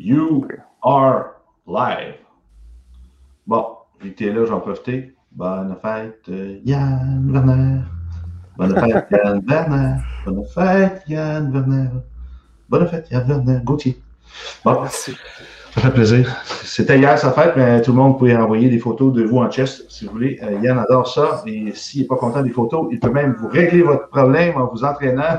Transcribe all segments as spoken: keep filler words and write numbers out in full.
You are live. Bon, vu que tu es là, j'en profite. Bonne fête, Yann Werner. Bonne fête, Yann Werner. Bonne fête, Yann Werner. Bonne fête, Yann Werner. Gauthier. Bon, merci. Ça fait plaisir. C'était hier sa fête, mais tout le monde pouvait envoyer des photos de vous en chest, si vous voulez. Euh, Yann adore ça. Et s'il n'est pas content des photos, il peut même vous régler votre problème en vous entraînant.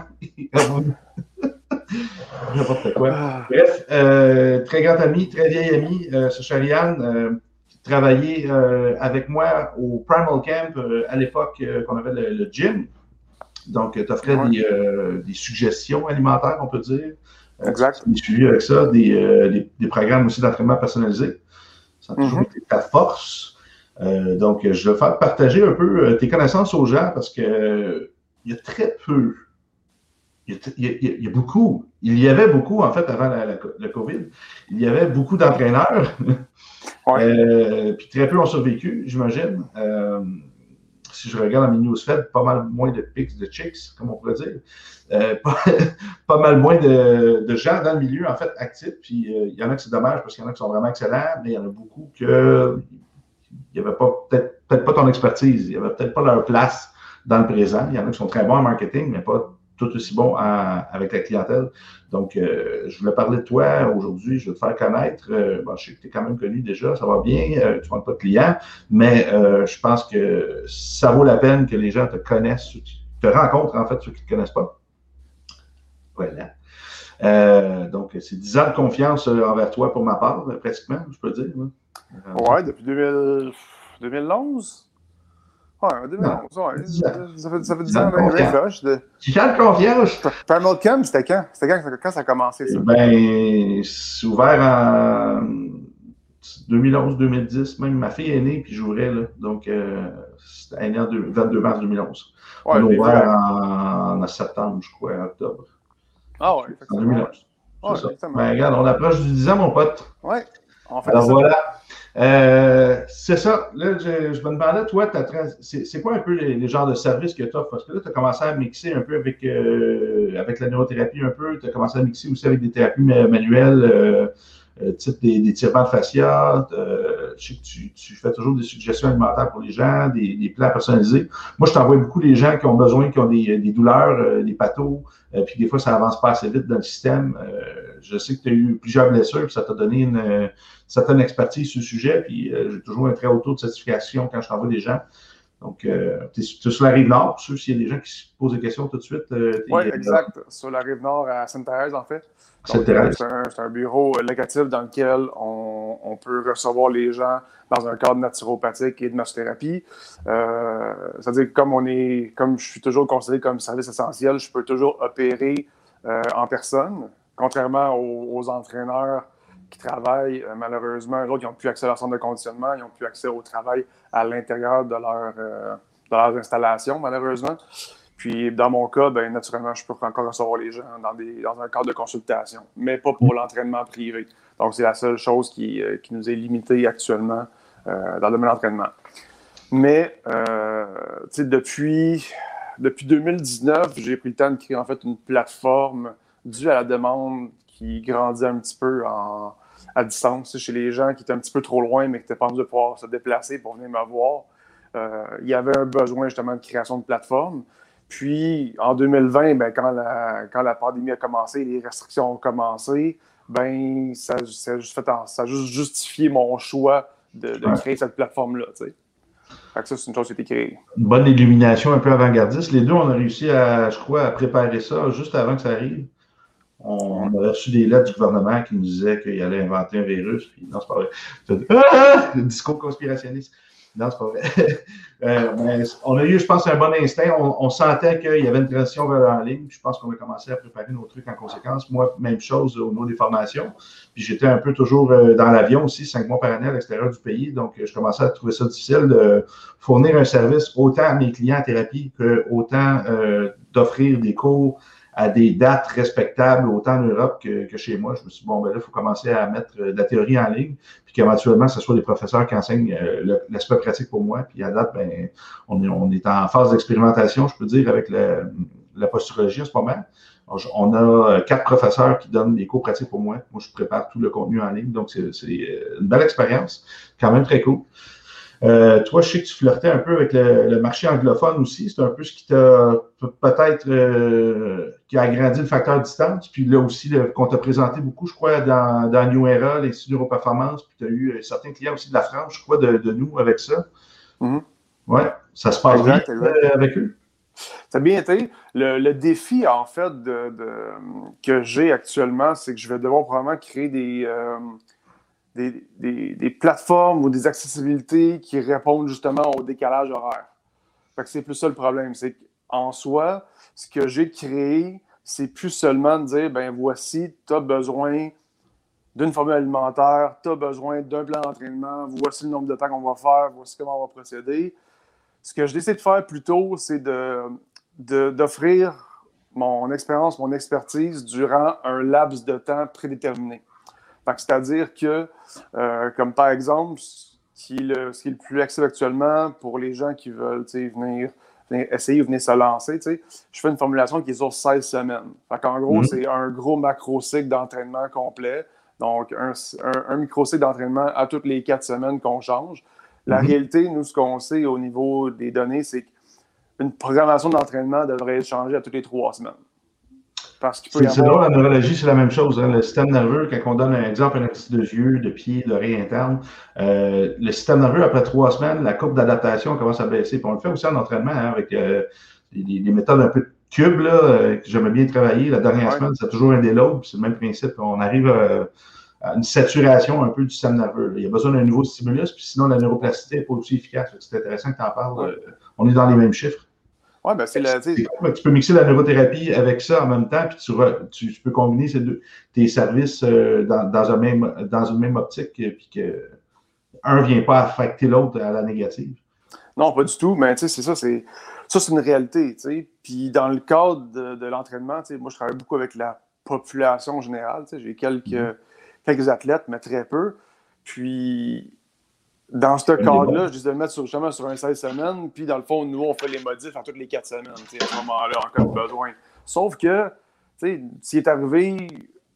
N'importe quoi. Bref, euh, très grand ami, très vieil ami, euh, ce cher Yann, euh, qui travaillait euh, avec moi au Primal Camp euh, à l'époque euh, qu'on avait le, le gym. Donc, tu offrais ouais. des, euh, des suggestions alimentaires, on peut dire. Exact. Des suivis avec ça, des, euh, des, des programmes aussi d'entraînement personnalisé. Ça a toujours mm-hmm. été ta force. Euh, donc, je vais faire partager un peu euh, tes connaissances aux gens parce que euh, il y a très peu. Il y, a, il, y a, il y a beaucoup. Il y avait beaucoup, en fait, avant la, la, la COVID. Il y avait beaucoup d'entraîneurs. Ouais. Euh, puis très peu ont survécu, j'imagine. Euh, si je regarde dans mes newsfeeds, pas mal moins de pics, de chicks, comme on pourrait dire. Euh, pas, pas mal moins de, de gens dans le milieu, en fait, actifs. Puis euh, il y en a que c'est dommage parce qu'il y en a qui sont vraiment excellents, mais il y en a beaucoup que il n'y avait pas, peut-être, peut-être pas ton expertise, il n'y avait peut-être pas leur place dans le présent. Il y en a qui sont très bons en marketing, mais pas tout aussi bons en, avec la clientèle. Donc, euh, je voulais parler de toi aujourd'hui, je vais te faire connaître. Euh, bon, je sais que tu es quand même connu déjà, ça va bien, euh, tu ne manques pas de clients, mais euh, je pense que ça vaut la peine que les gens te connaissent, te rencontrent en fait ceux qui ne te connaissent pas. Voilà. Euh, donc, c'est dix ans de confiance envers toi pour ma part, pratiquement, je peux dire. Hein. Oui, depuis deux mille, deux mille onze. Ouais, deux mille onze, ouais. Ça fait, ça fait dix ans, ben, ben, flush. De... dix ans de confiance. Primal Camp, c'était quand? C'était quand, quand ça a commencé, ça? Ben, c'est ouvert en deux mille onze deux mille dix. Même ma fille est née, puis j'ouvrais, là. Donc, euh, elle est née en vingt-deux mars deux mille onze. Ouais, on a ouvert en, en septembre, je crois, en octobre. Ah ouais, en deux mille onze. Ouais, c'est ça. Ben, regarde, on approche du dix ans, mon pote. Ouais. On fait Alors ça. voilà. Euh, c'est ça. Là, je, je me demandais, toi, c'est, c'est quoi un peu les, les genres de services que tu offres? Parce que là, tu as commencé à mixer un peu avec, euh, avec la neurothérapie un peu. Tu as commencé à mixer aussi avec des thérapies manuelles, euh, euh, type des, des tirements de fascia. Euh, je sais que tu, tu fais toujours des suggestions alimentaires pour les gens, des, des plans personnalisés. Moi, je t'envoie beaucoup des gens qui ont besoin, qui ont des, des douleurs, euh, des pathos, euh, puis des fois, ça avance pas assez vite dans le système. Euh, je sais que tu as eu plusieurs blessures, puis ça t'a donné une, une certaine expertise sur le sujet, puis euh, j'ai toujours un très haut taux de certification quand je t'envoie des gens. Donc, euh, tu es sur la Rive-Nord, pour ceux, s'il y a des gens qui se posent des questions tout de suite. Euh, oui, exact. Sur la Rive-Nord, à Sainte-Thérèse, en fait. Sainte-Thérèse. C'est un, c'est un bureau locatif dans lequel on, on peut recevoir les gens dans un cadre naturopathique et de massothérapie. Euh, c'est-à-dire que comme on est, comme je suis toujours considéré comme service essentiel, je peux toujours opérer euh, en personne, contrairement aux, aux entraîneurs qui travaillent, euh, malheureusement, eux autres, ils n'ont plus accès à leur centre de conditionnement, ils n'ont plus accès au travail à l'intérieur de leur, euh, de leurs installations, malheureusement. Puis, dans mon cas, bien, naturellement, je peux encore recevoir les gens dans, des, dans un cadre de consultation, mais pas pour l'entraînement privé. Donc, c'est la seule chose qui, euh, qui nous est limitée actuellement euh, dans le domaine de l'entraînement. Mais, euh, tu sais, depuis, depuis deux mille dix-neuf, j'ai pris le temps de créer, en fait, une plateforme due à la demande qui grandit un petit peu en, à distance chez les gens qui étaient un petit peu trop loin, mais qui n'étaient pas en mesure de pouvoir se déplacer pour venir me voir. Euh, il y avait un besoin justement de création de plateforme. Puis, en deux mille vingt, ben, quand, la, quand la pandémie a commencé, les restrictions ont commencé, ben, ça, ça, a juste fait, ça a juste justifié mon choix de, de créer cette plateforme-là. Tu sais. Fait que ça, c'est une chose qui a été créée. Une bonne illumination un peu avant-gardiste. Les deux, on a réussi à, je crois, à préparer ça juste avant que ça arrive. On, on a reçu des lettres du gouvernement qui nous disaient qu'il allait inventer un virus. Puis non, c'est pas vrai. Ah! Le discours conspirationniste. Non, c'est pas vrai. euh, mais on a eu, je pense, un bon instinct. On, on sentait qu'il y avait une transition vers en ligne. Puis je pense qu'on a commencé à préparer nos trucs en conséquence. Moi, même chose au niveau des formations. Puis j'étais un peu toujours dans l'avion aussi, cinq mois par année à l'extérieur du pays. Donc, je commençais à trouver ça difficile de fournir un service autant à mes clients en thérapie que autant euh, d'offrir des cours à des dates respectables, autant en Europe que, que chez moi. Je me suis dit, bon, ben là, il faut commencer à mettre de la théorie en ligne, puis qu'éventuellement, ce soit des professeurs qui enseignent euh, le, l'aspect pratique pour moi. Puis à date, ben, on est, on est en phase d'expérimentation, je peux dire, avec le, la posturologie en ce moment. On a quatre professeurs qui donnent des cours pratiques pour moi. Moi, je prépare tout le contenu en ligne. Donc, c'est, c'est une belle expérience. Quand même très cool. Euh, toi, je sais que tu flirtais un peu avec le, le marché anglophone aussi. C'est un peu ce qui t'a peut-être euh, qui a agrandi le facteur distance. Puis là aussi, le, qu'on t'a présenté beaucoup, je crois, dans, dans New Era, l'Institut d'Europerformance. Puis tu as eu certains clients aussi de la France, je crois, de, de nous avec ça. Mm-hmm. Oui, ça se passe exact, bien exact. Euh, avec eux. Ça a bien été. Le, le défi, en fait, de, de, que j'ai actuellement, c'est que je vais devoir probablement créer des... Euh, Des, des, des plateformes ou des accessibilités qui répondent justement au décalage horaire. Fait que c'est plus ça le problème. C'est qu'en soi, ce que j'ai créé, c'est plus seulement de dire, ben voici, tu as besoin d'une formule alimentaire, tu as besoin d'un plan d'entraînement, voici le nombre de temps qu'on va faire, voici comment on va procéder. Ce que je décide de faire plutôt, c'est de, de, d'offrir mon expérience, mon expertise durant un laps de temps prédéterminé. C'est-à-dire que, euh, comme par exemple, ce qui, est le, ce qui est le plus accessible actuellement pour les gens qui veulent venir, venir essayer ou venir se lancer, je fais une formulation qui est sur seize semaines. En gros, mm-hmm. c'est un gros macro-cycle d'entraînement complet. Donc, un, un, un micro-cycle d'entraînement à toutes les quatre semaines qu'on change. La mm-hmm. réalité, nous, ce qu'on sait au niveau des données, c'est qu'une programmation d'entraînement devrait être changée à toutes les trois semaines. C'est, c'est drôle, la neurologie, c'est la même chose. Hein. Le système nerveux, quand on donne un exemple, un exercice de yeux, de pieds, d'oreilles internes, euh, le système nerveux, après trois semaines, la courbe d'adaptation commence à baisser. Puis on le fait aussi en entraînement, hein, avec euh, des, des méthodes un peu de cube, là, euh, que j'aimais bien travailler. La dernière ouais. semaine, c'est toujours un déload, puis c'est le même principe. On arrive euh, à une saturation un peu du système nerveux. Là. Il y a besoin d'un nouveau stimulus, puis sinon, la neuroplasticité n'est pas aussi efficace. C'est intéressant que tu en parles. Ouais. Euh, on est dans les mêmes chiffres. Ouais, ben c'est la, c'est cool, tu peux mixer la neurothérapie avec ça en même temps, puis tu, re, tu, tu peux combiner ces deux, tes services euh, dans, dans, un même, dans une même optique, puis que un ne vient pas affecter l'autre à la négative. Non, pas du tout, mais tu sais, c'est ça, c'est, ça, c'est une réalité, tu sais. Puis dans le cadre de, de l'entraînement, tu sais, moi, je travaille beaucoup avec la population générale, tu sais, j'ai quelques, mm-hmm. quelques athlètes, mais très peu. Puis dans ce cadre-là, je disais de le mettre sur, justement sur un seize semaines, puis dans le fond, nous, on fait les modifs en toutes les quatre semaines, à ce moment-là, en cas de besoin. Sauf que, tu sais, ce qui est arrivé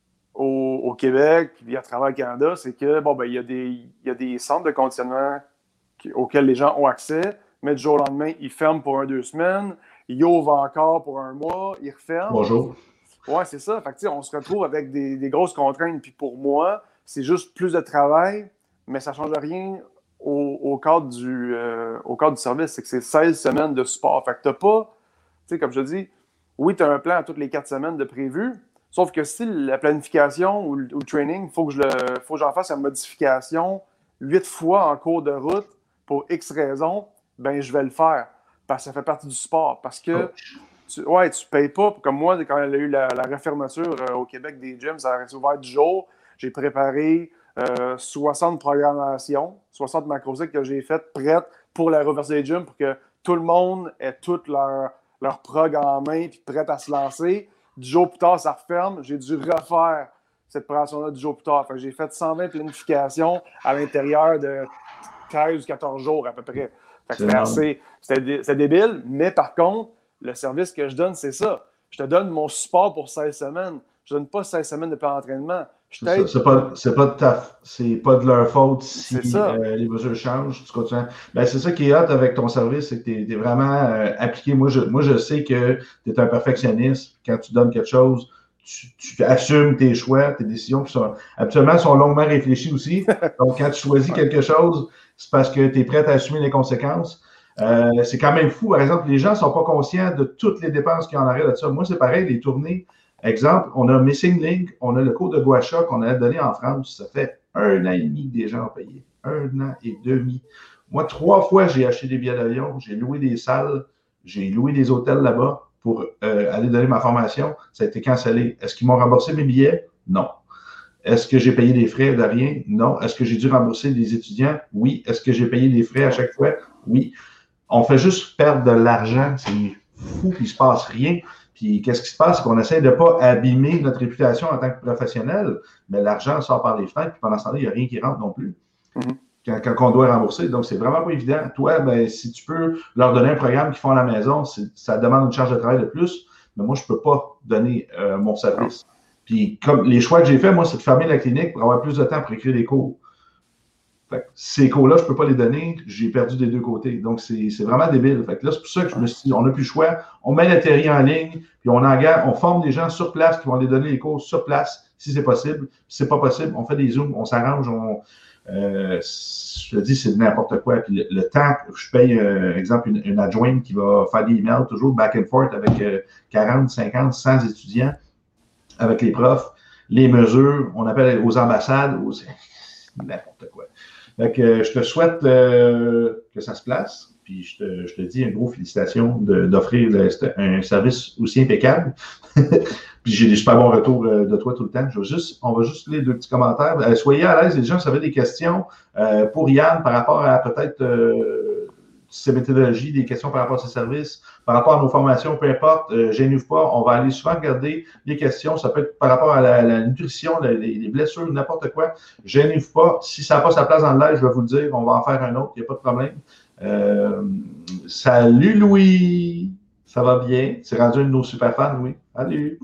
au, au Québec, puis à travers le Canada, c'est que, bon, ben, il y a des, il y a des centres de conditionnement qui, auxquels les gens ont accès, mais du jour au lendemain, ils ferment pour un, deux semaines, ils ouvrent encore pour un mois, ils referment. Bonjour. Ouais, c'est ça. Fait que, tu sais, on se retrouve avec des, des grosses contraintes, puis pour moi, c'est juste plus de travail, mais ça ne change rien Au, au, cadre du, euh, au cadre du service, c'est que c'est seize semaines de support. Fait que t'as pas, tu sais, comme je te dis, oui, tu as un plan à toutes les quatre semaines de prévu, sauf que si la planification ou le, ou le training, il faut que je le, faut que j'en fasse une modification huit fois en cours de route pour X raisons, ben je vais le faire. Parce que ça fait partie du sport. Parce que, tu, ouais, tu payes pas, comme moi, quand il y a eu la, la refermeture euh, au Québec des gyms, ça a ouvert du jour, j'ai préparé Euh, soixante programmations, soixante macrocycles que j'ai faites prêtes pour la reversée des gyms pour que tout le monde ait tout leur, leur prog en main et prête à se lancer. Du jour plus tard, ça referme. J'ai dû refaire cette préparation-là du jour plus tard. Fait que j'ai fait cent vingt planifications à l'intérieur de treize ou quatorze jours à peu près. Fait que c'était, assez, c'était, c'était débile, mais par contre, le service que je donne, c'est ça. Je te donne mon support pour seize semaines. Je ne donne pas seize semaines de plan d'entraînement. C'est, ça, c'est, pas, c'est, pas de ta, c'est pas de leur faute si euh, les mesures changent. Tu continues. Ben, c'est ça qui est hot avec ton service, c'est que tu es vraiment euh, appliqué. Moi je, moi, je sais que tu es un perfectionniste. Quand tu donnes quelque chose, tu, tu assumes tes choix, tes décisions qui sont habituellement sont longuement réfléchies aussi. Donc, quand tu choisis quelque chose, c'est parce que tu es prêt à assumer les conséquences. Euh, c'est quand même fou. Par exemple, les gens ne sont pas conscients de toutes les dépenses qu'il y en aurait de ça. Moi, c'est pareil, les tournées. Exemple, on a Missing Link, on a le cours de Gua Sha qu'on a donné en France. Ça fait un an et demi que des gens ont payé. Un an et demi. Moi, trois fois, j'ai acheté des billets d'avion, j'ai loué des salles, j'ai loué des hôtels là-bas pour euh, aller donner ma formation. Ça a été cancellé. Est-ce qu'ils m'ont remboursé mes billets? Non. Est-ce que j'ai payé des frais de rien? Non. Est-ce que j'ai dû rembourser des étudiants? Oui. Est-ce que j'ai payé des frais à chaque fois? Oui. On fait juste perdre de l'argent. C'est fou, puis il ne se passe rien. Puis qu'est-ce qui se passe? C'est qu'on essaie de ne pas abîmer notre réputation en tant que professionnel, mais l'argent sort par les fenêtres, puis pendant ce temps-là, il n'y a rien qui rentre non plus. Mm-hmm. Quand, quand on doit rembourser. Donc, c'est vraiment pas évident. Toi, ben, si tu peux leur donner un programme qu'ils font à la maison, c'est, ça demande une charge de travail de plus, mais moi, je ne peux pas donner euh, mon service. Non. Puis, comme les choix que j'ai faits, moi, c'est de fermer la clinique pour avoir plus de temps pour écrire les cours. Fait que ces cours-là, je ne peux pas les donner, j'ai perdu des deux côtés. Donc, c'est, c'est vraiment débile. Fait que là, c'est pour ça que je me suis dit, on n'a plus le choix, on met la théorie en ligne, puis on engage, on forme des gens sur place qui vont aller donner les cours sur place, si c'est possible. Si c'est pas possible, on fait des zooms, on s'arrange, on, euh, je te dis, c'est n'importe quoi. Puis le, le temps, je paye, euh, exemple, une, une adjointe qui va faire des emails toujours back and forth avec euh, quarante, cinquante, cent étudiants, avec les profs, les mesures, on appelle aux ambassades, aux... n'importe quoi. Donc, euh, je te souhaite euh, que ça se place. Puis, je te, je te dis un gros félicitations de, d'offrir le, un service aussi impeccable. Puis, j'ai des super bons retours euh, de toi tout le temps. Je vais juste, on va juste lire deux petits commentaires. Euh, soyez à l'aise, les gens, si vous avez des questions euh, pour Yann par rapport à peut-être euh, ses méthodologies, des questions par rapport à ses services, par rapport à nos formations, peu importe, euh, gênez-vous pas. On va aller souvent regarder les questions. Ça peut être par rapport à la, la nutrition, la, les, les blessures, n'importe quoi. Gênez-vous pas. Si ça n'a pas sa place dans le live, je vais vous le dire. On va en faire un autre. Il n'y a pas de problème. Euh, salut Louis. Ça va bien? C'est rendu un de nos super fans, Louis. Salut.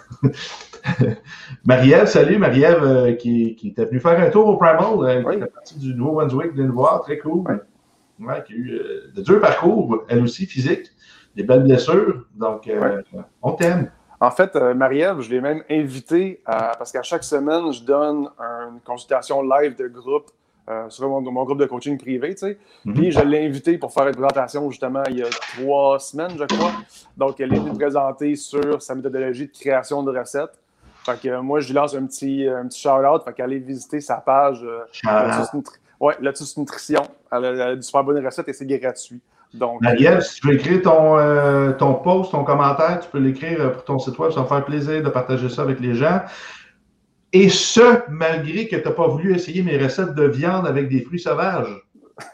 Marie-Ève, salut. Marie-Ève euh, qui, qui était venue faire un tour au Primal, euh, oui. Qui fait partie du nouveau Brunswick, de nous voir. Très cool. Oui. Ouais, qui a eu euh, de durs parcours, elle aussi, physique, des belles blessures. Donc, euh, ouais. On t'aime. En fait, euh, Marie-Ève, je l'ai même invitée à, parce qu'à chaque semaine, je donne une consultation live de groupe euh, sur mon, mon groupe de coaching privé, tu sais. Mm-hmm. Puis je l'ai invitée pour faire une présentation justement il y a trois semaines, je crois. Donc, elle est venue présenter sur sa méthodologie de création de recettes. Fait que euh, moi, je lui lance un petit, un petit shout-out. Fait qu'allez visiter sa page euh, Lotus, Nutri- ouais, Lotus Nutrition. Elle a, elle a de super bonnes recettes et c'est gratuit. Donc, Marie-Ève, euh, si tu veux écrire ton, euh, ton post, ton commentaire, tu peux l'écrire pour ton site web. Ça va me faire plaisir de partager ça avec les gens. Et ce, malgré que tu n'as pas voulu essayer mes recettes de viande avec des fruits sauvages.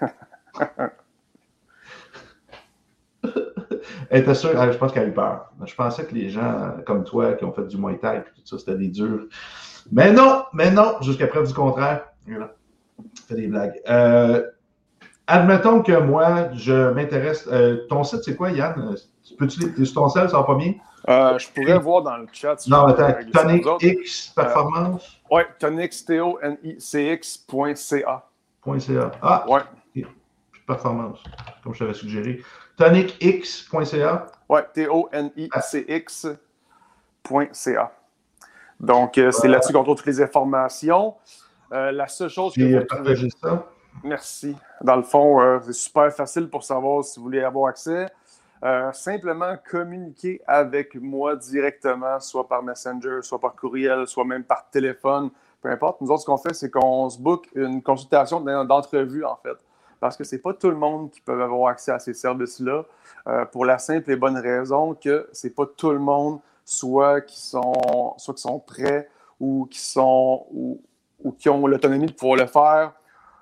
Elle était sûre, je pense qu'elle a eu peur. Je pensais que les gens comme toi qui ont fait du Muay Thai et tout ça, c'était des durs. Mais non, mais non, jusqu'à preuve du contraire. Voilà. Fais des blagues. Euh, admettons que moi, je m'intéresse. Euh, ton site, c'est quoi, Yann? Peux-tu les sur ton sel, ça va pas bien? Euh, je pourrais Et... voir dans le chat. Si non, attends, Tonic X Performance? Euh, oui, Tonix, T O N I C X point C A. .ca. Ah, ouais. Okay. Performance, comme je t'avais suggéré. tonic x point c a. Oui, T O N I C X point C A. Donc, euh, c'est euh... là-dessus qu'on trouve toutes les informations. Euh, la seule chose que vous trouvez... ça. Merci. Dans le fond, euh, c'est super facile pour savoir si vous voulez avoir accès. Euh, simplement communiquer avec moi directement, soit par Messenger, soit par courriel, soit même par téléphone, peu importe. Nous autres, ce qu'on fait, c'est qu'on se book une consultation d'entrevue, en fait. Parce que c'est pas tout le monde qui peut avoir accès à ces services-là, euh, pour la simple et bonne raison que c'est pas tout le monde, soit qui sont, soit qui sont prêts ou qui sont ou, ou qui ont l'autonomie de pouvoir le faire,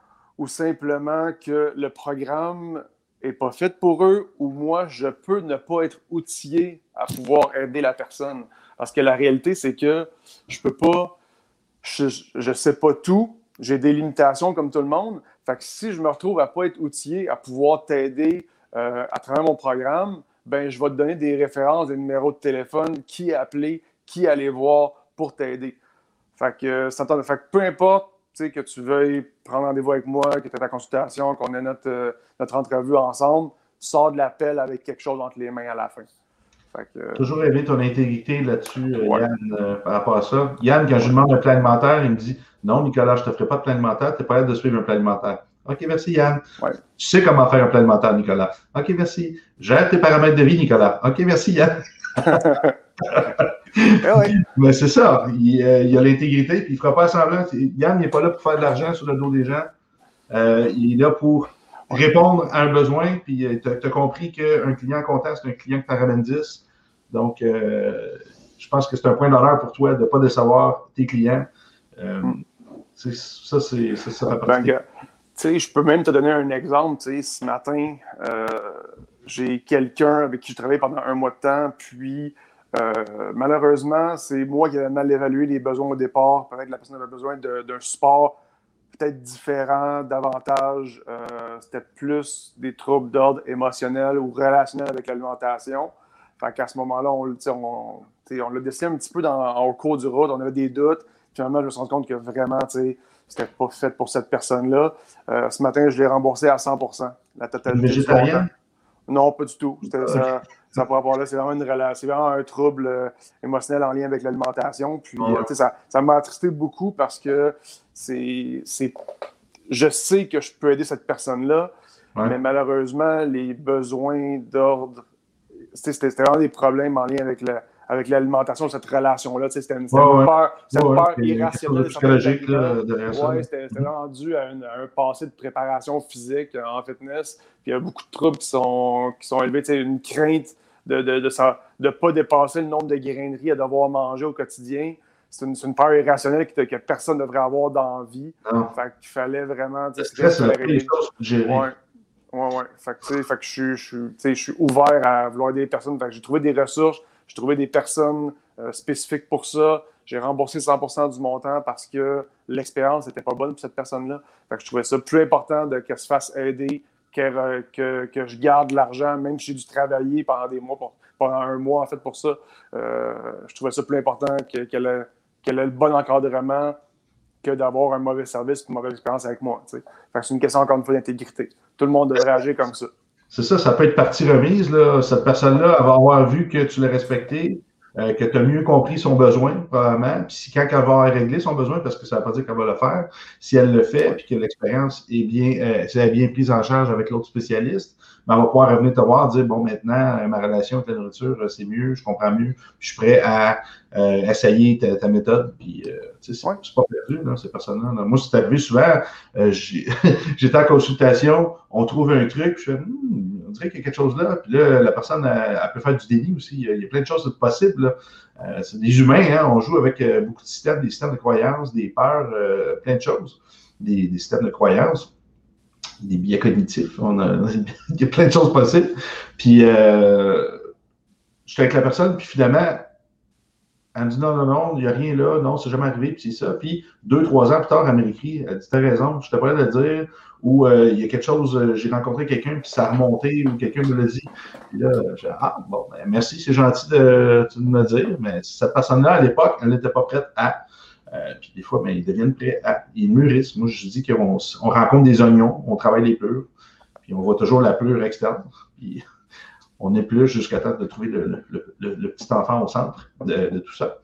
ou simplement que le programme n'est pas fait pour eux, ou moi, je peux ne pas être outillé à pouvoir aider la personne. Parce que la réalité, c'est que je peux pas, je ne sais pas tout, j'ai des limitations comme tout le monde. Fait que si je me retrouve à ne pas être outillé à pouvoir t'aider euh, à travers mon programme, ben je vais te donner des références, des numéros de téléphone, qui appeler, qui aller voir pour t'aider. Fait que, ça fait que peu importe, tu sais, que tu veuilles prendre rendez-vous avec moi, que tu aies ta consultation, qu'on ait notre, euh, notre entrevue ensemble, sors de l'appel avec quelque chose entre les mains à la fin. Fait que, euh... Toujours aimé ton intégrité là-dessus, ouais. Yann, euh, par rapport à ça. Yann, quand je lui demande un plan alimentaire, il me dit « Non, Nicolas, je ne te ferai pas de plan alimentaire, tu n'es pas capable de suivre un plan alimentaire. » OK, merci Yann. Ouais. Tu sais comment faire un plan alimentaire, Nicolas. OK, merci. Gère tes paramètres de vie, Nicolas. OK, merci Yann. ouais. Mais c'est ça, il, euh, il a l'intégrité, puis il ne fera pas semblant. Yann n'est pas là pour faire de l'argent sur le dos des gens. Euh, il est là pour répondre à un besoin, puis tu as compris qu'un client content, c'est un client que tu en ramènes dix. Donc, euh, je pense que c'est un point d'honneur pour toi de ne pas décevoir tes clients. Euh, mm. Ça, c'est ça, ça fait partie. Ben, tu sais, je peux même te donner un exemple. Tu sais, ce matin, euh, j'ai quelqu'un avec qui je travaille pendant un mois de temps, puis euh, malheureusement, c'est moi qui ai mal évalué les besoins au départ. Peut-être que la personne avait besoin de, d'un support peut-être différent, davantage. Euh, c'était plus des troubles d'ordre émotionnel ou relationnel avec l'alimentation. Fait qu'à ce moment-là, on, on, on l'a décidé un petit peu dans, au cours du route, on avait des doutes. Finalement, je me suis rendu compte que vraiment, c'était pas fait pour cette personne-là. Euh, ce matin, je l'ai remboursé à cent pour cent, la totalité du montant. Non, pas du tout. Okay. Ça, ça par rapport là, c'est vraiment une relation, c'est vraiment un trouble euh, émotionnel en lien avec l'alimentation. Puis, oh, ouais. euh, ça, ça m'a attristé beaucoup parce que c'est, c'est, je sais que je peux aider cette personne-là, ouais. mais malheureusement, les besoins d'ordre, c'était, c'était vraiment des problèmes en lien avec le, avec l'alimentation, cette relation-là. C'était une, c'était ouais, une peur, c'était ouais, une peur ouais, irrationnelle. Psychologique, là, derrière ça. Ouais, c'était, c'était rendu à, une, à un passé de préparation physique en fitness. Puis il y a beaucoup de troubles qui sont, qui sont élevés. Une crainte de ne de, de, de pas dépasser le nombre de graineries à devoir manger au quotidien. C'est une, c'est une peur irrationnelle que, que personne ne devrait avoir dans la vie. Non. Fait qu'il fallait vraiment... Le stress, c'est les choses pour gérer. Ouais. Oui, oui. Fait que, fait que je, je, je suis ouvert à vouloir aider des personnes. Fait que j'ai trouvé des ressources, j'ai trouvé des personnes euh, spécifiques pour ça. J'ai remboursé cent pour cent du montant parce que l'expérience n'était pas bonne pour cette personne-là. Fait que je trouvais ça plus important de qu'elle se fasse aider, que, que, que je garde l'argent, même si j'ai dû travailler pendant des mois, pour, pendant un mois en fait pour ça. Euh, je trouvais ça plus important que, qu'elle, ait, qu'elle ait le bon encadrement que d'avoir un mauvais service et une mauvaise expérience avec moi. T'sais. Fait que c'est une question encore une fois d'intégrité. Tout le monde devrait agir comme ça. C'est ça, ça peut être partie remise. Là. Cette personne-là, elle va avoir vu que tu l'as respecté, euh, que tu as mieux compris son besoin, probablement. Puis si quand elle va avoir réglé son besoin, parce que ça ne veut pas dire qu'elle va le faire, si elle le fait, puis que l'expérience est bien, euh, si elle est bien prise en charge avec l'autre spécialiste, ben, elle va pouvoir revenir te voir, dire bon, maintenant, ma relation avec la nourriture, c'est mieux, je comprends mieux, je suis prêt à euh, essayer ta, ta méthode. Puis, euh, tu sais, c'est, ouais. c'est pas perdu, là, ces personnes-là. Là. Moi, c'est arrivé souvent, euh, j'ai, j'étais en consultation, on trouve un truc, puis je fais, hm, on dirait qu'il y a quelque chose là. Puis là, la personne, elle, elle peut faire du déni aussi. Il y a plein de choses possibles. Là. Euh, c'est des humains, hein, on joue avec euh, beaucoup de systèmes, des systèmes de croyances, des peurs, euh, plein de choses, des, des systèmes de croyances. Des biais cognitifs, on a, il y a plein de choses possibles. Puis, euh, j'étais avec la personne, puis finalement, elle me dit non, non, non, il n'y a rien là, non, c'est jamais arrivé, puis c'est ça. Puis, deux, trois ans plus tard, elle m'a écrit, elle dit, t'as raison, je t'ai pas de le dire, ou euh, il y a quelque chose, euh, j'ai rencontré quelqu'un, puis ça a remonté, ou quelqu'un me l'a dit. Puis là, j'ai dit, ah, bon, ben, merci, c'est gentil de, de me le dire, mais cette personne-là, à l'époque, elle n'était pas prête à. Euh, puis des fois, ben, ils deviennent prêts à. Ils mûrissent. Moi, je dis qu'on on rencontre des oignons, on travaille les pleurs, puis on voit toujours la pleure externe. Puis on épluche jusqu'à temps de trouver le, le, le, le petit enfant au centre de, de tout ça.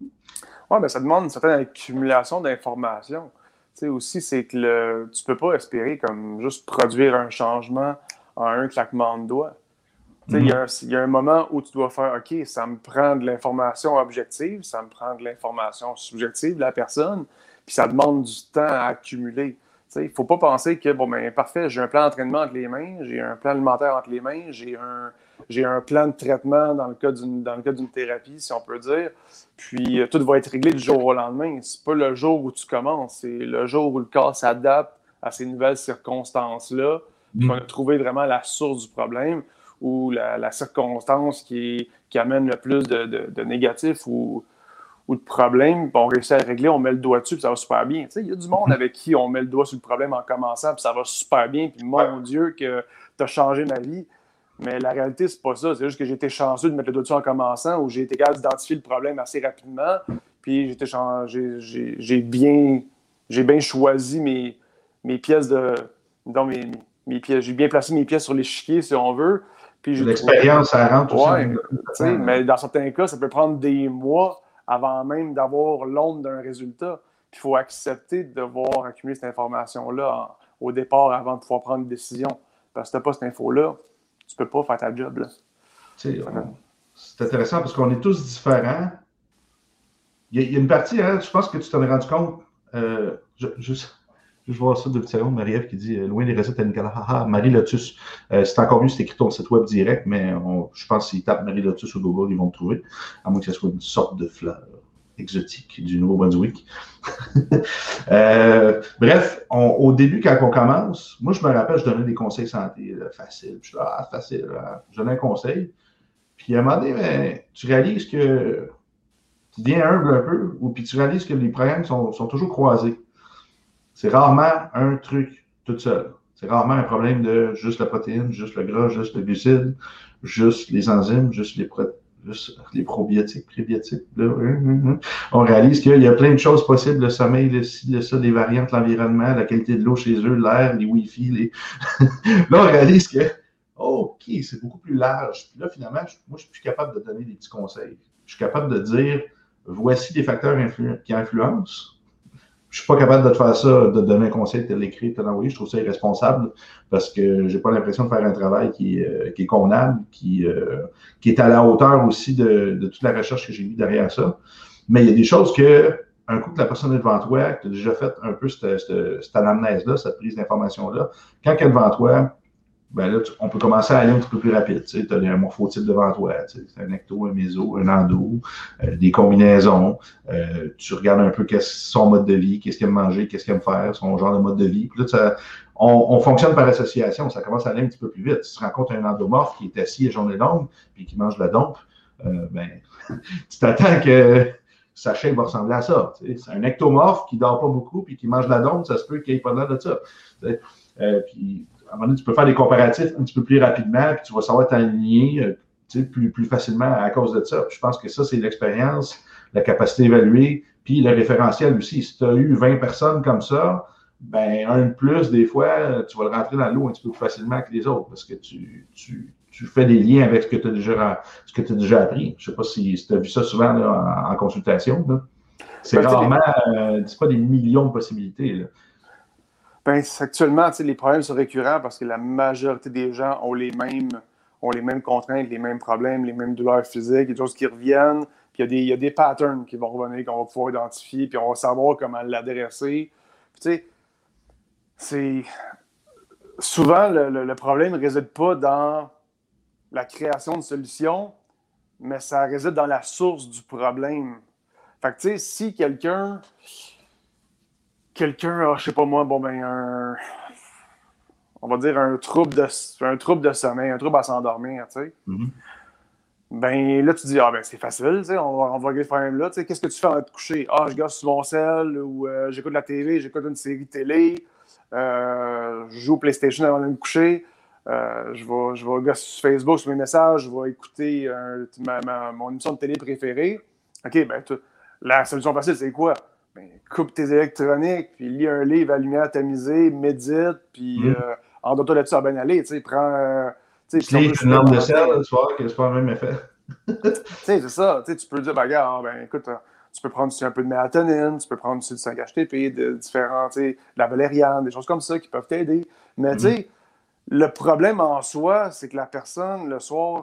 Oui, mais ça demande une certaine accumulation d'informations. Tu sais, aussi, c'est que le, tu ne peux pas espérer comme juste produire un changement en un claquement de doigts. Il mm-hmm. y, y a un moment où tu dois faire « OK, ça me prend de l'information objective, ça me prend de l'information subjective de la personne, puis ça demande du temps à accumuler. » Il ne faut pas penser que, bon, ben parfait, j'ai un plan d'entraînement entre les mains, j'ai un plan alimentaire entre les mains, j'ai un, j'ai un plan de traitement dans le cas d'une, dans le cas d'une thérapie, si on peut dire, puis euh, tout va être réglé du jour au lendemain. C'est pas le jour où tu commences, c'est le jour où le corps s'adapte à ces nouvelles circonstances-là, puis mm-hmm. on a trouvé vraiment la source du problème, ou la, la circonstance qui, qui amène le plus de, de, de négatifs ou, ou de problèmes, puis on réussit à le régler, on met le doigt dessus, puis ça va super bien. Il y a du monde avec qui on met le doigt sur le problème en commençant, puis ça va super bien, puis mon Dieu, que tu as changé ma vie. Mais la réalité, c'est pas ça. C'est juste que j'ai été chanceux de mettre le doigt dessus en commençant, où j'ai été capable d'identifier le problème assez rapidement, puis j'ai, été chan- j'ai, j'ai, j'ai, bien, j'ai bien choisi mes, mes pièces de... Donc mes, mes pièces, j'ai bien placé mes pièces sur l'échiquier, si on veut. Puis j'ai L'expérience, trouvé... ça rentre aussi. Ouais, mais dans certains cas, ça peut prendre des mois avant même d'avoir l'ombre d'un résultat. Puis il faut accepter de devoir accumuler cette information-là en, au départ avant de pouvoir prendre une décision. Parce que si tu n'as pas cette info-là, tu ne peux pas faire ta job. Là. On... C'est intéressant parce qu'on est tous différents. Il y a, il y a une partie, hein, je pense que tu t'en es rendu compte. Euh, je, juste... Je vais voir ça deux petites secondes. Marie-Ève qui dit euh, « Loin des recettes à Nicolas. » Haha, Marie Lotus. Euh, c'est encore mieux si tu écris ton site web direct, mais on, je pense que s'ils tapent Marie Lotus au Google, ils vont te trouver. À moins que ce soit une sorte de fleur exotique du Nouveau-Brunswick. euh, bref, on, au début, quand on commence, moi, je me rappelle, je donnais des conseils santé là, faciles. Je suis là, ah, facile. Là. Je donnais un conseil. Puis à un moment donné, ben, tu réalises que tu deviens humble un peu, ou puis tu réalises que les problèmes sont, sont toujours croisés. C'est rarement un truc tout seul. C'est rarement un problème de juste la protéine, juste le gras, juste le glucide, juste les enzymes, juste les, pro juste les probiotiques, prébiotiques. Là. On réalise qu'il y a plein de choses possibles, le sommeil, le ci, le ça, les variantes, l'environnement, la qualité de l'eau chez eux, l'air, les Wi-Fi. Les... là, on réalise que, oh, OK, c'est beaucoup plus large. Puis là, finalement, je, moi, je suis plus capable de donner des petits conseils. Je suis capable de dire, voici des facteurs influ qui influencent. Je suis pas capable de te faire ça, de te donner un conseil, de te l'écrire, de te l'envoyer. Je trouve ça irresponsable parce que j'ai pas l'impression de faire un travail qui, euh, qui est convenable, qui, euh, qui est à la hauteur aussi de, de toute la recherche que j'ai mis derrière ça. Mais il y a des choses que, un coup que la personne est devant toi, que tu as déjà fait un peu cette, cette, cette anamnèse-là, cette prise d'information-là, quand elle est devant toi, ben là, tu, on peut commencer à aller un petit peu plus rapide. Tu sais, as un morphotype devant toi, tu sais, un ecto, un méso, un endo, euh, des combinaisons. Euh, tu regardes un peu qu'est-ce son mode de vie, qu'est-ce qu'il aime manger, qu'est-ce qu'il aime faire, son genre de mode de vie. Puis là, ça, on, on fonctionne par association. Ça commence à aller un petit peu plus vite. Si tu rencontres un endomorphe qui est assis à journée longue puis qui mange de la dompe, euh, ben, tu t'attends que sa chaîne va ressembler à ça. Tu sais. C'est un ectomorphe qui dort pas beaucoup puis qui mange de la dompe, ça se peut qu'il ait pas l'air de ça. Tu sais. Euh, puis, à un moment donné, tu peux faire des comparatifs un petit peu plus rapidement, puis tu vas savoir t'aligner euh, tu sais, plus, plus facilement à cause de ça. Puis je pense que ça, c'est l'expérience, la capacité d'évaluer, puis le référentiel aussi. Si tu as eu vingt personnes comme ça, ben un de plus, des fois, tu vas le rentrer dans l'eau un petit peu plus facilement que les autres, parce que tu, tu, tu fais des liens avec ce que tu as déjà, ce que tu as déjà appris. Je ne sais pas si, si tu as vu ça souvent là, en, en consultation. C'est rarement, euh, c'est pas des millions de possibilités. Là. Ben, actuellement, les problèmes sont récurrents parce que la majorité des gens ont les mêmes, ont les mêmes contraintes, les mêmes problèmes, les mêmes douleurs physiques, des choses qui reviennent. Puis il y a des, il y a des patterns qui vont revenir, qu'on va pouvoir identifier, puis on va savoir comment l'adresser. Puis tu sais, c'est... Souvent, le, le, le problème ne réside pas dans la création de solutions, mais ça réside dans la source du problème. Fait que tu sais, si quelqu'un... Quelqu'un a, je sais pas moi, bon ben un, on va dire un trouble de, un trouble de sommeil, un trouble à s'endormir, tu sais. Mm-hmm. Ben là tu dis ah ben c'est facile, tu sais, on va on va régler ce problème-là, tu sais, qu'est-ce que tu fais avant de te coucher? Ah je gosse sur mon cell ou euh, j'écoute la T V, j'écoute une série télé, euh, je joue au PlayStation avant de me coucher, euh, je vais je vais gosser sur Facebook sur mes messages, je vais écouter un, ma, ma, mon émission de télé préférée. Ok ben la solution facile c'est quoi? Ben, coupe tes électroniques, puis lis un livre à lumière tamisée, médite, puis mmh. euh, endors-toi là-dessus à bien aller. Tu sais, prends. Euh, tu sais, une lampe de sel le soir, que c'est pas le même effet. Tu sais, c'est ça. Tu sais, tu peux dire, ben, regarde, ben, écoute, tu peux prendre un peu de mélatonine, tu peux prendre du cinq H T P, de différents, tu sais, de la valériane, des choses comme ça qui peuvent t'aider. Mais, mmh. tu sais, le problème en soi, c'est que la personne, le soir,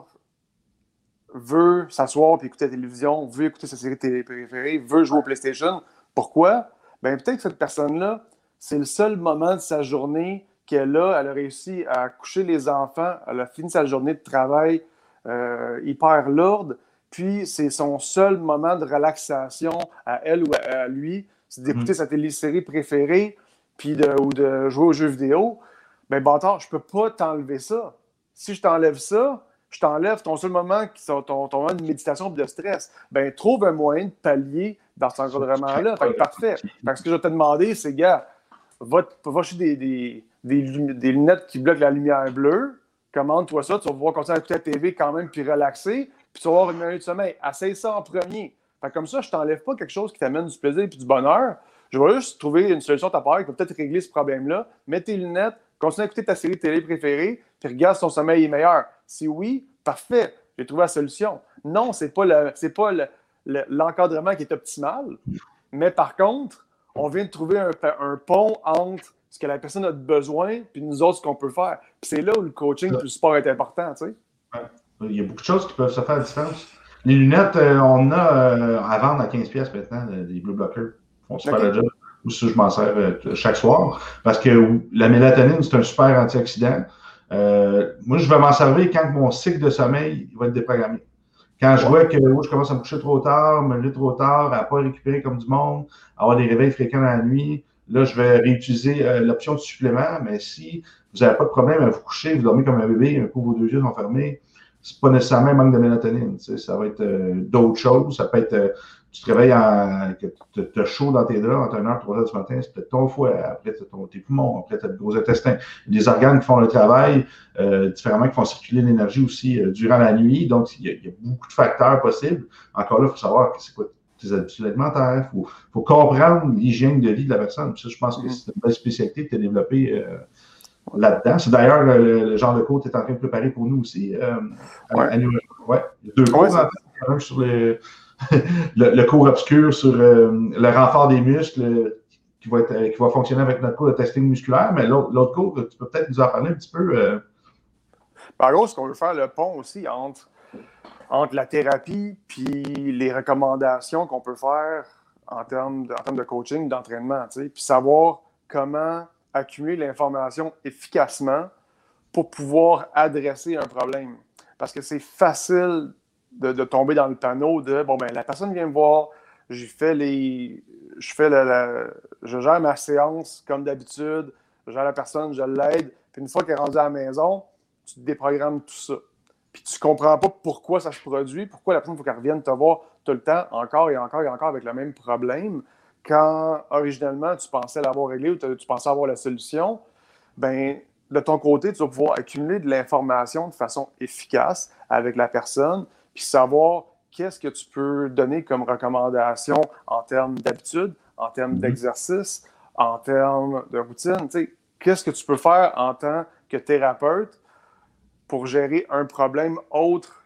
veut s'asseoir puis écouter la télévision, veut écouter sa série télé préférée, veut jouer au PlayStation. Pourquoi? Bien, peut-être que cette personne-là, c'est le seul moment de sa journée qu'elle a. Elle a réussi à coucher les enfants. Elle a fini sa journée de travail euh, hyper lourde. Puis, c'est son seul moment de relaxation à elle ou à, à lui. C'est d'écouter mmh. sa télésérie préférée puis de, ou de jouer aux jeux vidéo. Bien, bâtard, je ne peux pas t'enlever ça. Si je t'enlève ça, je t'enlève ton seul moment, ton, ton, ton moment de méditation et de stress. Bien, trouve un moyen de pallier dans cet encadrement-là. Fait que parfait. Fait que ce que je vais te demander, c'est, gars, va, va acheter des, des, des, des lunettes qui bloquent la lumière bleue. Commande-toi ça. Tu vas pouvoir continuer à écouter la T V quand même puis relaxer. Puis tu vas avoir une minute de sommeil. Essaye ça en premier. Fait que comme ça, je t'enlève pas quelque chose qui t'amène du plaisir et du bonheur. Je vais juste trouver une solution à ta part qui va peut-être régler ce problème-là. Mets tes lunettes, continue à écouter ta série télé préférée, puis regarde si ton sommeil est meilleur. Si oui, parfait, j'ai trouvé la solution. Non, c'est pas le, c'est pas le, le, l'encadrement qui est optimal, mais par contre, on vient de trouver un, un pont entre ce que la personne a besoin puis nous autres, ce qu'on peut faire. Puis c'est là où le coaching et le sport est important, tu sais. Ouais. Il y a beaucoup de choses qui peuvent se faire à distance. Les lunettes, euh, on a euh, à vendre à quinze piastres maintenant, des Blue Blockers. On se okay. fait le job. Ou ça, je m'en sers euh, chaque soir. Parce que la mélatonine, c'est un super antioxydant. Euh, moi, je vais m'en servir quand mon cycle de sommeil va être déprogrammé. Quand je vois que oh, je commence à me coucher trop tard, me lever trop tard, à ne pas récupérer comme du monde, à avoir des réveils fréquents dans la nuit, là, je vais réutiliser euh, l'option de supplément. Mais si vous n'avez pas de problème à vous coucher, vous dormez comme un bébé, un coup vos deux yeux sont fermés, c'est pas nécessairement un manque de mélatonine. Tu sais, ça va être euh, d'autres choses. Ça peut être euh, tu te réveilles, en, que tu as chaud dans tes draps entre une heure, trois heures du matin, c'est peut-être ton foie, après tu as tes poumons, après tu as le gros intestin. Il y a des organes qui font le travail euh, différemment, qui font circuler l'énergie aussi euh, durant la nuit. Donc, il y, a, il y a beaucoup de facteurs possibles. Encore là, il faut savoir c'est quoi tes habitudes alimentaires. Il faut, faut comprendre l'hygiène de vie de la personne. Ça, je pense que c'est une belle spécialité que tu as développée euh, là-dedans. C'est d'ailleurs le, le genre de cours que tu es en train de préparer pour nous aussi. Euh, ouais. À, à, ouais. Il y a deux cours, ouais, en fait, sur le, le, le cours obscur sur euh, le renfort des muscles qui va, être, qui va fonctionner avec notre cours de testing musculaire, mais l'autre cours, tu peux peut-être nous en parler un petit peu. Euh... En gros, ce qu'on veut faire le pont aussi entre, entre la thérapie puis les recommandations qu'on peut faire en termes de, en termes de coaching, d'entraînement, tu sais, puis savoir comment accumuler l'information efficacement pour pouvoir adresser un problème. Parce que c'est facile de, de tomber dans le panneau de bon, ben la personne vient me voir, j'ai fait les. Je fais la, la, je gère ma séance comme d'habitude, je gère la personne, je l'aide, puis une fois qu'elle est rendue à la maison, tu déprogrammes tout ça. Puis tu comprends pas pourquoi ça se produit, pourquoi la personne, il faut qu'elle revienne te voir tout le temps, encore et encore et encore avec le même problème, quand originellement tu pensais l'avoir réglé ou tu pensais avoir la solution. Ben de ton côté, tu vas pouvoir accumuler de l'information de façon efficace avec la personne, puis savoir qu'est-ce que tu peux donner comme recommandation en termes d'habitude, en termes d'exercice, en termes de routine. Tu sais, qu'est-ce que tu peux faire en tant que thérapeute pour gérer un problème autre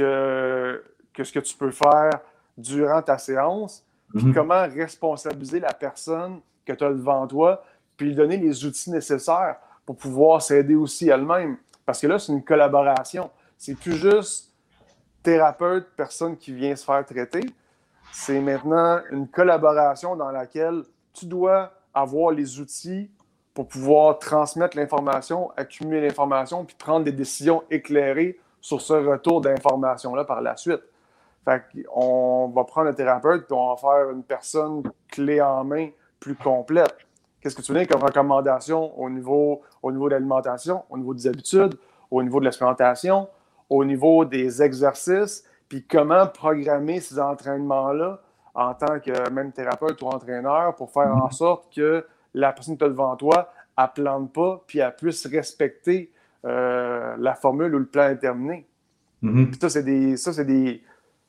que, que ce que tu peux faire durant ta séance, puis mm-hmm. comment responsabiliser la personne que tu as devant toi, puis lui donner les outils nécessaires pour pouvoir s'aider aussi elle-même. Parce que là, c'est une collaboration. C'est plus juste thérapeute, personne qui vient se faire traiter. C'est maintenant une collaboration dans laquelle tu dois avoir les outils pour pouvoir transmettre l'information, accumuler l'information, puis prendre des décisions éclairées sur ce retour d'information-là par la suite. Fait qu'on va prendre un thérapeute puis on va faire une personne clé en main plus complète. Qu'est-ce que tu veux dire comme recommandation au niveau, au niveau de l'alimentation, au niveau des habitudes, au niveau de l'expérimentation, au niveau des exercices, puis comment programmer ces entraînements-là en tant que même thérapeute ou entraîneur pour faire en sorte que la personne qui est devant toi, elle ne plante pas, puis elle puisse respecter euh, la formule ou le plan déterminé. Mm-hmm. Puis ça, c'est des, ça, c'est des,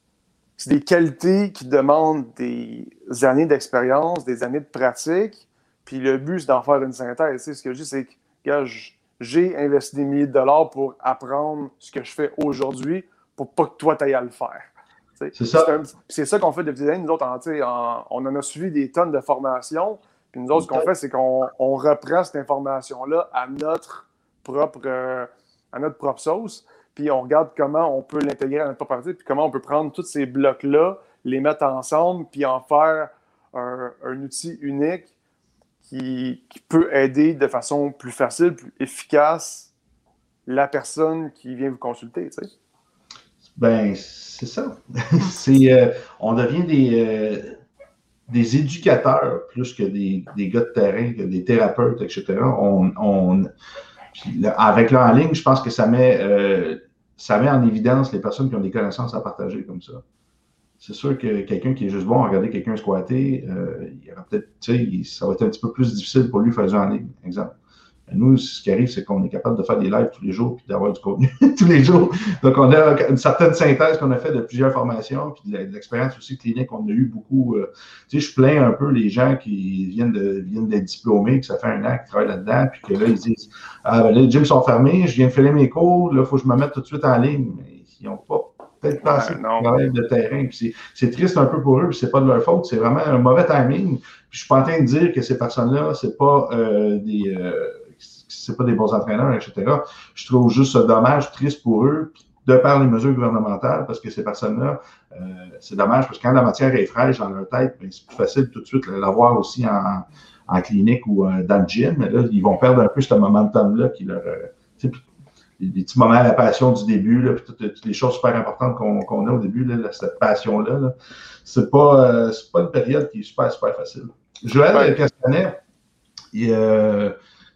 c'est des qualités qui demandent des années d'expérience, des années de pratique. Puis le but, c'est d'en faire une synthèse. Tu sais, ce que je dis, c'est que gars, j'ai investi des milliers de dollars pour apprendre ce que je fais aujourd'hui pour pas que toi, tu ailles à le faire. Tu sais, c'est ça. C'est, un, c'est ça qu'on fait depuis des années. Nous autres, en, en, on en a suivi des tonnes de formations. Puis nous autres, ce qu'on fait, c'est qu'on on reprend cette information-là à notre propre, euh, à notre propre sauce. Puis on regarde comment on peut l'intégrer à notre propre partie, puis comment on peut prendre tous ces blocs-là, les mettre ensemble, puis en faire un, un outil unique qui, qui peut aider de façon plus facile, plus efficace la personne qui vient vous consulter, tu sais. Ben, c'est ça. c'est, euh, on devient des, euh, des éducateurs plus que des, des gars de terrain, que des thérapeutes, et cetera. On, on, là, avec l'en ligne, je pense que ça met, euh, ça met en évidence les personnes qui ont des connaissances à partager comme ça. C'est sûr que quelqu'un qui est juste bon à regarder quelqu'un squatter, euh, il y aura peut-être, tu sais, ça va être un petit peu plus difficile pour lui de faire ça en ligne, exemple. Nous, ce qui arrive, c'est qu'on est capable de faire des lives tous les jours puis d'avoir du contenu tous les jours. Donc, on a une certaine synthèse qu'on a fait de plusieurs formations puis de l'expérience aussi clinique. On a eu beaucoup. Euh, tu sais, je plains un peu les gens qui viennent de viennent d'être diplômés, que ça fait un an qu'ils travaillent là-dedans, puis que là, ils disent ah, ben là, les gyms sont fermés, je viens de filer mes cours, là, il faut que je me mette tout de suite en ligne. Mais ils n'ont pas peut-être pensé ouais, au travail de terrain. Puis c'est, c'est triste un peu pour eux, puis c'est pas de leur faute. C'est vraiment un mauvais timing. Puis je suis pas en train de dire que ces personnes-là, c'est pas euh, des. Euh, c'est pas des bons entraîneurs, et cetera. Je trouve juste ça dommage, triste pour eux, de par les mesures gouvernementales, parce que ces personnes-là, euh, c'est dommage, parce que quand la matière est fraîche dans leur tête, bien, c'est plus facile tout de suite de l'avoir aussi en, en clinique ou euh, dans le gym. Mais là, ils vont perdre un peu ce momentum-là qui leur. Euh, les, les petits moments à la passion du début, là, puis toutes, toutes les choses super importantes qu'on, qu'on a au début, là, là, cette passion-là, là, c'est pas, euh, c'est pas une période qui est super, super facile. Joël ouais. Castanet, il, euh,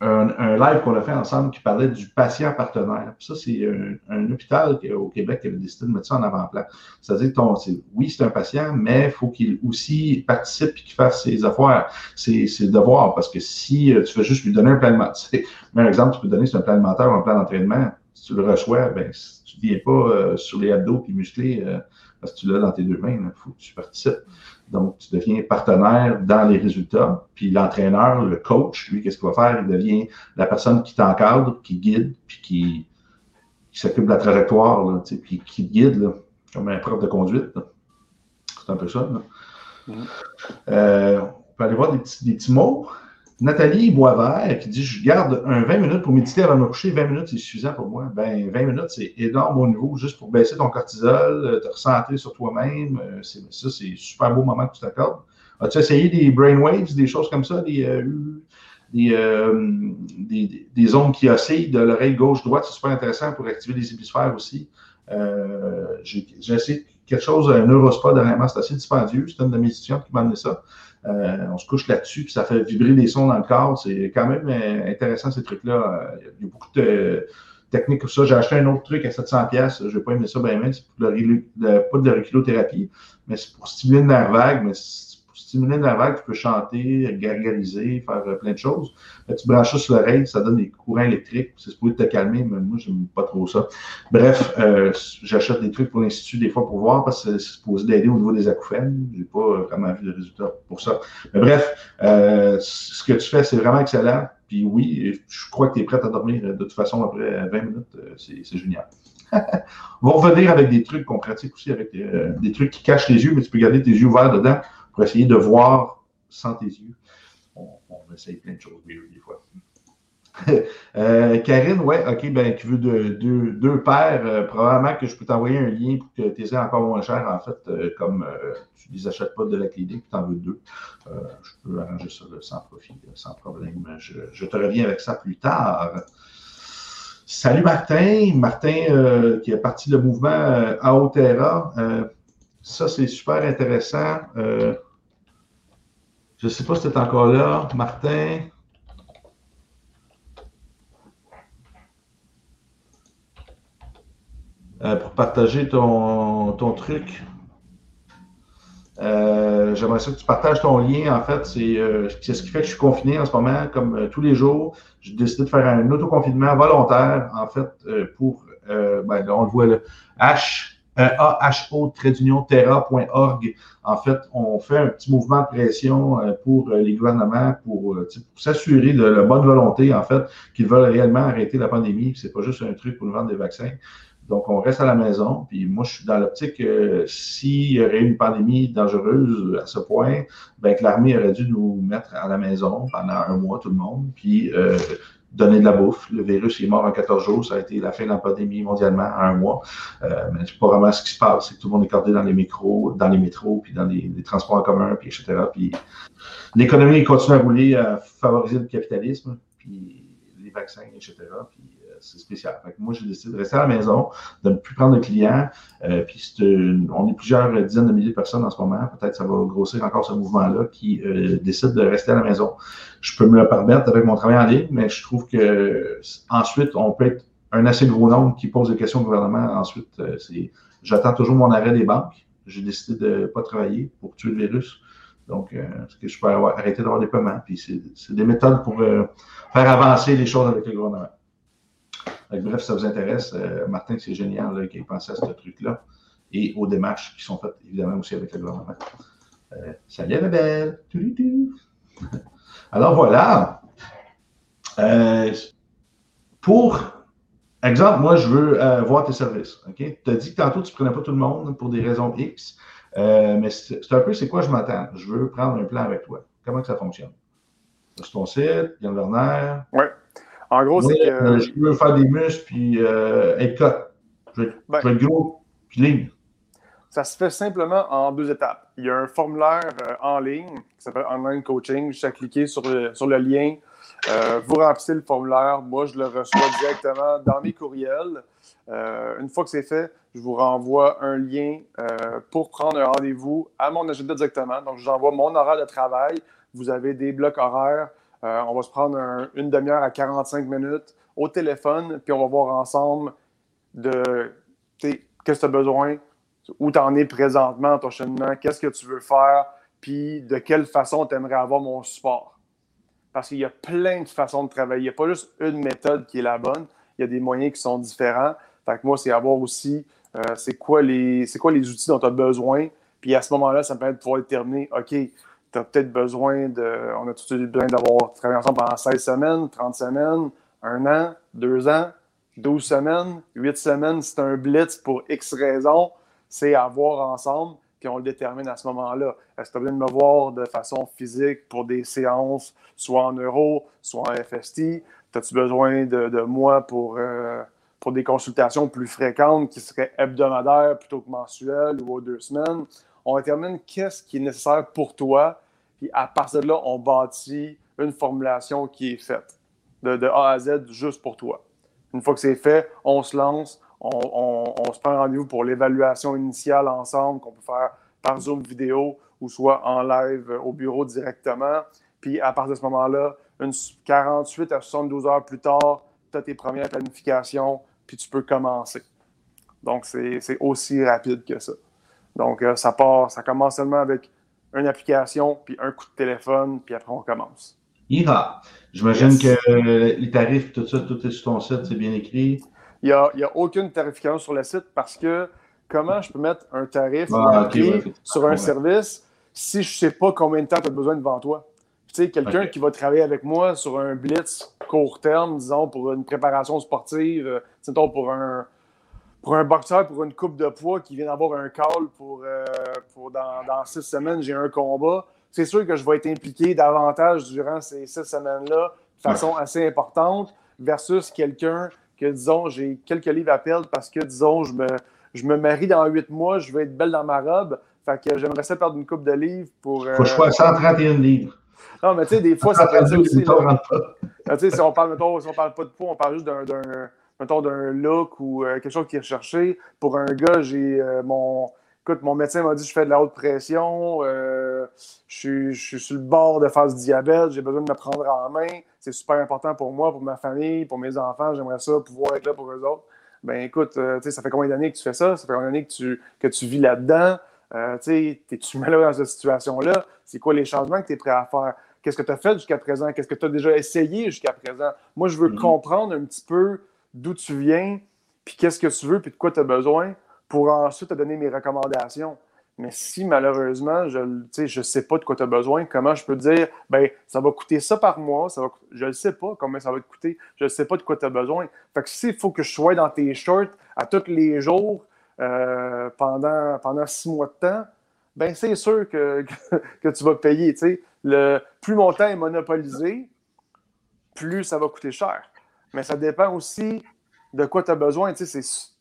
un, un live qu'on a fait ensemble qui parlait du patient partenaire. Puis ça, c'est un, un hôpital au Québec qui avait décidé de mettre ça en avant-plan. C'est-à-dire que ton, c'est, oui, c'est un patient, mais il faut qu'il aussi participe et qu'il fasse ses affaires, ses, ses devoirs. Parce que si tu veux juste lui donner un plan alimentaire, un exemple, tu peux donner, c'est un plan alimentaire ou un plan d'entraînement. Si tu le reçois, ben, si tu ne viens pas euh, sur les abdos puis musclés, euh, parce que tu l'as dans tes deux mains, il faut que tu participes. Donc, tu deviens partenaire dans les résultats. Puis l'entraîneur, le coach, lui, qu'est-ce qu'il va faire? Il devient la personne qui t'encadre, qui guide, puis qui, qui s'occupe de la trajectoire, là, puis qui te guide, là, comme un prof de conduite. Là. C'est un peu ça. Là. Mm-hmm. Euh, on peut aller voir des petits, des petits mots. Nathalie Boisvert qui dit « Je garde un vingt minutes pour méditer avant de me coucher. vingt minutes, c'est suffisant pour moi. » Ben, vingt minutes, c'est énorme au niveau, juste pour baisser ton cortisol, te recentrer sur toi-même. C'est, ça, c'est un super beau moment que tu t'accordes. As-tu essayé des brainwaves, des choses comme ça, des, euh, des, euh, des, des ondes qui oscillent de l'oreille gauche-droite? C'est super intéressant pour activer les hémisphères aussi. Euh, j'ai, j'ai essayé quelque chose, un Neurospa dernièrement, c'est assez dispendieux. C'est une de mes étudiantes qui m'a amené ça. Euh, on se couche là-dessus, puis ça fait vibrer des sons dans le corps. C'est quand même euh, intéressant, ces trucs-là. Il y a beaucoup de euh, techniques comme ça. J'ai acheté un autre truc à sept cents dollars. Je n'ai pas aimé ça bien même. C'est pour le, le, pas de l'auriculothérapie, mais c'est pour stimuler le nerf vague. Mais pour stimuler le nerf vague, tu peux chanter, gargariser, faire euh, plein de choses. Là, tu branches ça sur l'oreille, ça donne des courants électriques. C'est supposé te calmer, mais moi, j'aime pas trop ça. Bref, euh, j'achète des trucs pour l'Institut des fois pour voir, parce que c'est supposé d'aider au niveau des acouphènes. J'ai pas vraiment vu de résultats pour ça. Mais bref, euh, ce que tu fais, c'est vraiment excellent. Puis oui, je crois que tu es prête à dormir de toute façon après vingt minutes. C'est, c'est génial. On va revenir avec des trucs qu'on pratique aussi, avec euh, des trucs qui cachent les yeux, mais tu peux garder tes yeux ouverts dedans pour essayer de voir sans tes yeux. On, on essaye plein de choses weird des fois. euh, Karine, ouais, ok, ben, qui veut de, de, deux paires, euh, probablement que je peux t'envoyer un lien pour que tu aies encore moins cher, en fait, euh, comme euh, tu ne les achètes pas de la clinique, tu en veux deux. Euh, je peux arranger ça là, sans profit, sans problème. Je, je te reviens avec ça plus tard. Salut Martin, Martin euh, qui est parti le mouvement euh, Aoterra. Euh, ça, c'est super intéressant. Euh, je ne sais pas si tu es encore là, Martin. Euh, pour partager ton, ton truc. Euh, j'aimerais ça que tu partages ton lien. En fait, c'est, euh, c'est ce qui fait que je suis confiné en ce moment, comme euh, tous les jours. J'ai décidé de faire un autoconfinement volontaire, en fait, euh, pour, euh, ben, on le voit là, H, euh, A H O terra point org. En fait, on fait un petit mouvement de pression euh, pour euh, les gouvernements, pour, euh, pour s'assurer de la bonne volonté, en fait, qu'ils veulent réellement arrêter la pandémie, que c'est pas juste un truc pour nous vendre des vaccins. Donc, on reste à la maison. Puis moi, je suis dans l'optique que euh, s'il y aurait une pandémie dangereuse à ce point, ben que l'armée aurait dû nous mettre à la maison pendant un mois, tout le monde, puis euh, donner de la bouffe. Le virus est mort en quatorze jours. Ça a été la fin de la pandémie mondialement en un mois. Euh, mais c'est pas vraiment ce qui se passe. C'est que tout le monde est cordé dans les métros, dans les métros, puis dans les, les transports en commun, puis et cetera. Puis l'économie continue à rouler, à favoriser le capitalisme, puis les vaccins, et cetera. Puis c'est spécial. Fait que moi, j'ai décidé de rester à la maison, de ne plus prendre de clients. Euh, puis c'est une, on est plusieurs dizaines de milliers de personnes en ce moment. Peut-être que ça va grossir encore ce mouvement-là qui euh, décide de rester à la maison. Je peux me le permettre avec mon travail en ligne, mais je trouve que ensuite, on peut être un assez gros nombre qui pose des questions au gouvernement. Ensuite, euh, c'est, j'attends toujours mon arrêt des banques. J'ai décidé de ne pas travailler pour tuer le virus. Donc, euh, ce que je peux avoir, arrêter d'avoir des paiements. Puis c'est, c'est des méthodes pour euh, faire avancer les choses avec le gouvernement. Bref, si ça vous intéresse, euh, Martin, c'est génial là, qu'il ait pensé à ce truc-là et aux démarches qui sont faites évidemment aussi avec le gouvernement. Euh, salut Annabelle! Alors voilà. Euh, pour exemple, moi, je veux euh, voir tes services. Okay? Tu as dit que tantôt, tu ne prenais pas tout le monde pour des raisons X, euh, mais c'est, c'est un peu c'est quoi je m'attends. Je veux prendre un plan avec toi. Comment que ça fonctionne? C'est ton site, Yann Werner. Oui. En gros, moi, c'est que. Euh, je veux faire des muscles puis euh, être cut. Je veux, ben, je veux être gros puis ligne. Ça se fait simplement en deux étapes. Il y a un formulaire euh, en ligne qui s'appelle Online Coaching. Juste à cliquer sur le, sur le lien. Euh, vous remplissez le formulaire. Moi, je le reçois directement dans mes courriels. Euh, une fois que c'est fait, je vous renvoie un lien euh, pour prendre un rendez-vous à mon agenda directement. Donc, je vous envoie mon horaire de travail. Vous avez des blocs horaires Euh, on va se prendre un, une demi-heure à quarante-cinq minutes au téléphone, puis on va voir ensemble de qu'est-ce que tu as besoin, où tu en es présentement dans ton cheminement, qu'est-ce que tu veux faire, puis de quelle façon tu aimerais avoir mon support. Parce qu'il y a plein de façons de travailler. Il n'y a pas juste une méthode qui est la bonne. Il y a des moyens qui sont différents. Fait que moi, c'est avoir aussi euh, c'est quoi les c'est quoi les outils dont tu as besoin. Puis à ce moment-là, ça me permet de pouvoir déterminer, OK, tu as peut-être besoin de. On a tout besoin d'avoir travaillé ensemble pendant seize semaines, trente semaines, un an, deux ans, douze semaines, huit semaines. C'est un blitz pour X raisons. C'est à voir ensemble, puis on le détermine à ce moment-là. Est-ce que tu as besoin de me voir de façon physique pour des séances, soit en euro, soit en F S T? As-tu besoin de, de moi pour, euh, pour des consultations plus fréquentes qui seraient hebdomadaires plutôt que mensuelles ou aux deux semaines? On détermine qu'est-ce qui est nécessaire pour toi, puis à partir de là, on bâtit une formulation qui est faite de, de A à Z juste pour toi. Une fois que c'est fait, on se lance, on, on, on se prend rendez-vous pour l'évaluation initiale ensemble qu'on peut faire par Zoom vidéo ou soit en live au bureau directement. Puis à partir de ce moment-là, une quarante-huit à soixante-douze heures plus tard, tu as tes premières planifications, puis tu peux commencer. Donc, c'est, c'est aussi rapide que ça. Donc, euh, ça part, ça commence seulement avec une application, puis un coup de téléphone, puis après, on commence. Ira. J'imagine yes. que euh, les tarifs, tout ça, tout est sur ton site, c'est bien écrit. Il n'y a, a aucune tarification sur le site parce que comment je peux mettre un tarif ah, ou un okay, prix ouais, sur un ouais. service si je ne sais pas combien de temps tu as besoin devant toi? Tu sais, quelqu'un okay. qui va travailler avec moi sur un blitz court terme, disons, pour une préparation sportive, euh, disons, pour un, pour un boxeur, pour une coupe de poids qui vient d'avoir un call pour, euh, pour dans, dans six semaines, j'ai un combat. C'est sûr que je vais être impliqué davantage durant ces six semaines-là de façon assez importante versus quelqu'un que, disons, j'ai quelques livres à perdre parce que, disons, je me, je me marie dans huit mois, je vais être belle dans ma robe. Fait que j'aimerais ça perdre une coupe de livres pour... Euh... Faut que je fasse cent trente et un livres. Non, mais tu sais, des fois, ça peut être ça aussi. Tu sais, si on parle, mettons, si on parle pas de poids, on parle juste d'un, d'un, mettons, d'un look ou euh, quelque chose qui est recherché. Pour un gars, j'ai euh, mon... Écoute, mon médecin m'a dit que je fais de la haute pression, euh, je, suis, je suis sur le bord de faire du diabète, j'ai besoin de me prendre en main. C'est super important pour moi, pour ma famille, pour mes enfants. J'aimerais ça pouvoir être là pour eux autres. Ben écoute, euh, tu sais, ça fait combien d'années que tu fais ça? Ça fait combien d'années que tu, que tu vis là-dedans? Euh, tu sais, es-tu malheureux dans cette situation-là? C'est quoi les changements que tu es prêt à faire? Qu'est-ce que tu as fait jusqu'à présent? Qu'est-ce que tu as déjà essayé jusqu'à présent? Moi, je veux mm-hmm. comprendre un petit peu d'où tu viens, puis qu'est-ce que tu veux, puis de quoi tu as besoin, pour ensuite te donner mes recommandations. Mais si, malheureusement, je ne sais pas de quoi tu as besoin, comment je peux te dire, ben ça va coûter ça par mois, ça va coûter... je ne sais pas combien ça va te coûter, je ne sais pas de quoi tu as besoin. Fait que s'il faut que je sois dans tes shorts à tous les jours euh, pendant, pendant six mois de temps, ben c'est sûr que, que, que tu vas payer. Le, plus mon temps est monopolisé, plus ça va coûter cher. Mais ça dépend aussi de quoi tu as besoin. C'est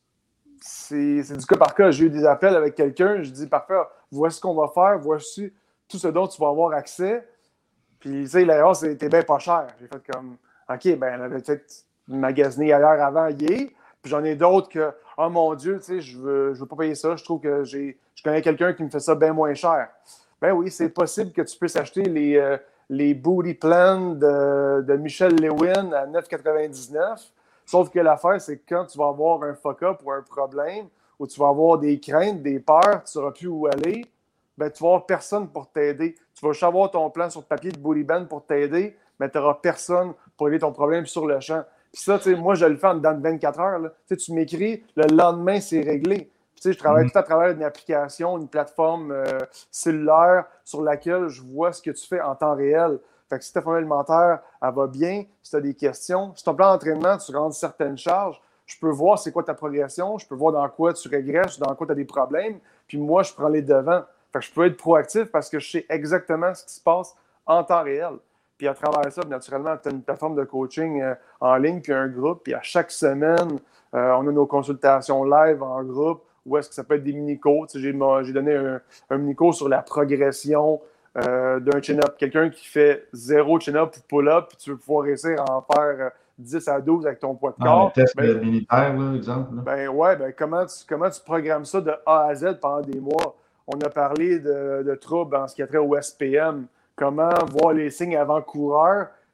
C'est, c'est du cas par cas. J'ai eu des appels avec quelqu'un, je dis parfait, voici ce qu'on va faire, voici tout ce dont tu vas avoir accès. Puis, tu sais, l'ailleurs, c'était bien pas cher. J'ai fait comme, OK, ben, elle avait peut-être magasiné ailleurs avant hier. Puis j'en ai d'autres que, oh mon Dieu, tu sais, je veux, je veux pas payer ça. Je trouve que j'ai, je connais quelqu'un qui me fait ça bien moins cher. Ben oui, c'est possible que tu puisses acheter les, euh, les Booty Plans de, de Michel Lewin à neuf quatre-vingt-dix-neuf. Sauf que l'affaire, c'est que quand tu vas avoir un fuck-up ou un problème, ou tu vas avoir des craintes, des peurs, tu ne sauras plus où aller, ben, tu vas avoir personne pour t'aider. Tu vas juste avoir ton plan sur papier de Booty Band pour t'aider, mais tu n'auras personne pour aider ton problème sur le champ. Puis ça, tu sais, moi, je le fais en dedans de vingt-quatre heures. Là. Tu sais, tu m'écris, le lendemain, c'est réglé. Puis, tu sais, je travaille mm-hmm. tout à travers une application, une plateforme euh, cellulaire sur laquelle je vois ce que tu fais en temps réel. Fait que si ta formule alimentaire, elle va bien, si tu as des questions, si ton plan d'entraînement, tu rentres certaines charges, je peux voir c'est quoi ta progression, je peux voir dans quoi tu régresses, dans quoi tu as des problèmes, puis moi, je prends les devants. Fait que je peux être proactif parce que je sais exactement ce qui se passe en temps réel. Puis à travers ça, naturellement, tu as une plateforme de coaching euh, en ligne, puis un groupe, puis à chaque semaine, euh, on a nos consultations live en groupe, où est-ce que ça peut être des mini-cours. Tu sais, j'ai, j'ai donné un, un mini-cours sur la progression Euh, d'un chin-up. Quelqu'un qui fait zéro chin-up ou pull-up, puis tu veux pouvoir réussir à en faire euh, dix à douze avec ton poids de corps. Ah, un test ben, militaire, là, exemple. Là. Ben ouais, ben comment tu, comment tu programmes ça de A à Z pendant des mois? On a parlé de, de troubles en ce qui a trait au S P M. Comment voir les signes avant-coureurs,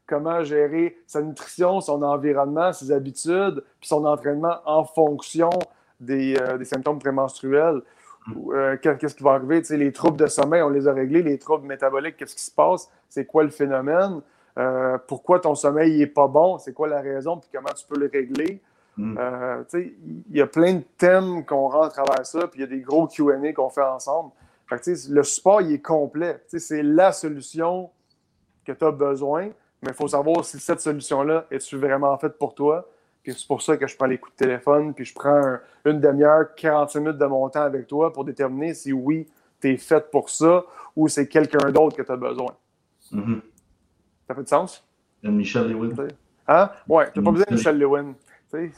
comment gérer sa nutrition, son environnement, ses habitudes, puis son entraînement en fonction des, euh, des symptômes prémenstruels. Euh, qu'est-ce qui va arriver? Tu sais, les troubles de sommeil, on les a réglés. Les troubles métaboliques, qu'est-ce qui se passe? C'est quoi le phénomène? Euh, pourquoi ton sommeil n'est pas bon? C'est quoi la raison? Puis comment tu peux le régler? Mm. Euh, tu sais, il y a plein de thèmes qu'on rend à travers ça, puis il y a des gros Q and A qu'on fait ensemble. Fait que, tu sais, le support, il est complet. Tu sais, c'est la solution que tu as besoin, mais il faut savoir si cette solution-là est-tu vraiment faite pour toi. Puis c'est pour ça que je prends les coups de téléphone, puis je prends un, une demi-heure, quarante-cinq minutes de mon temps avec toi pour déterminer si oui, tu es faite pour ça ou c'est quelqu'un d'autre que tu as besoin. Mm-hmm. Ça fait du sens? Michel Lewin. Hein? Ouais, tu n'as pas besoin de Michel Lewin. Tu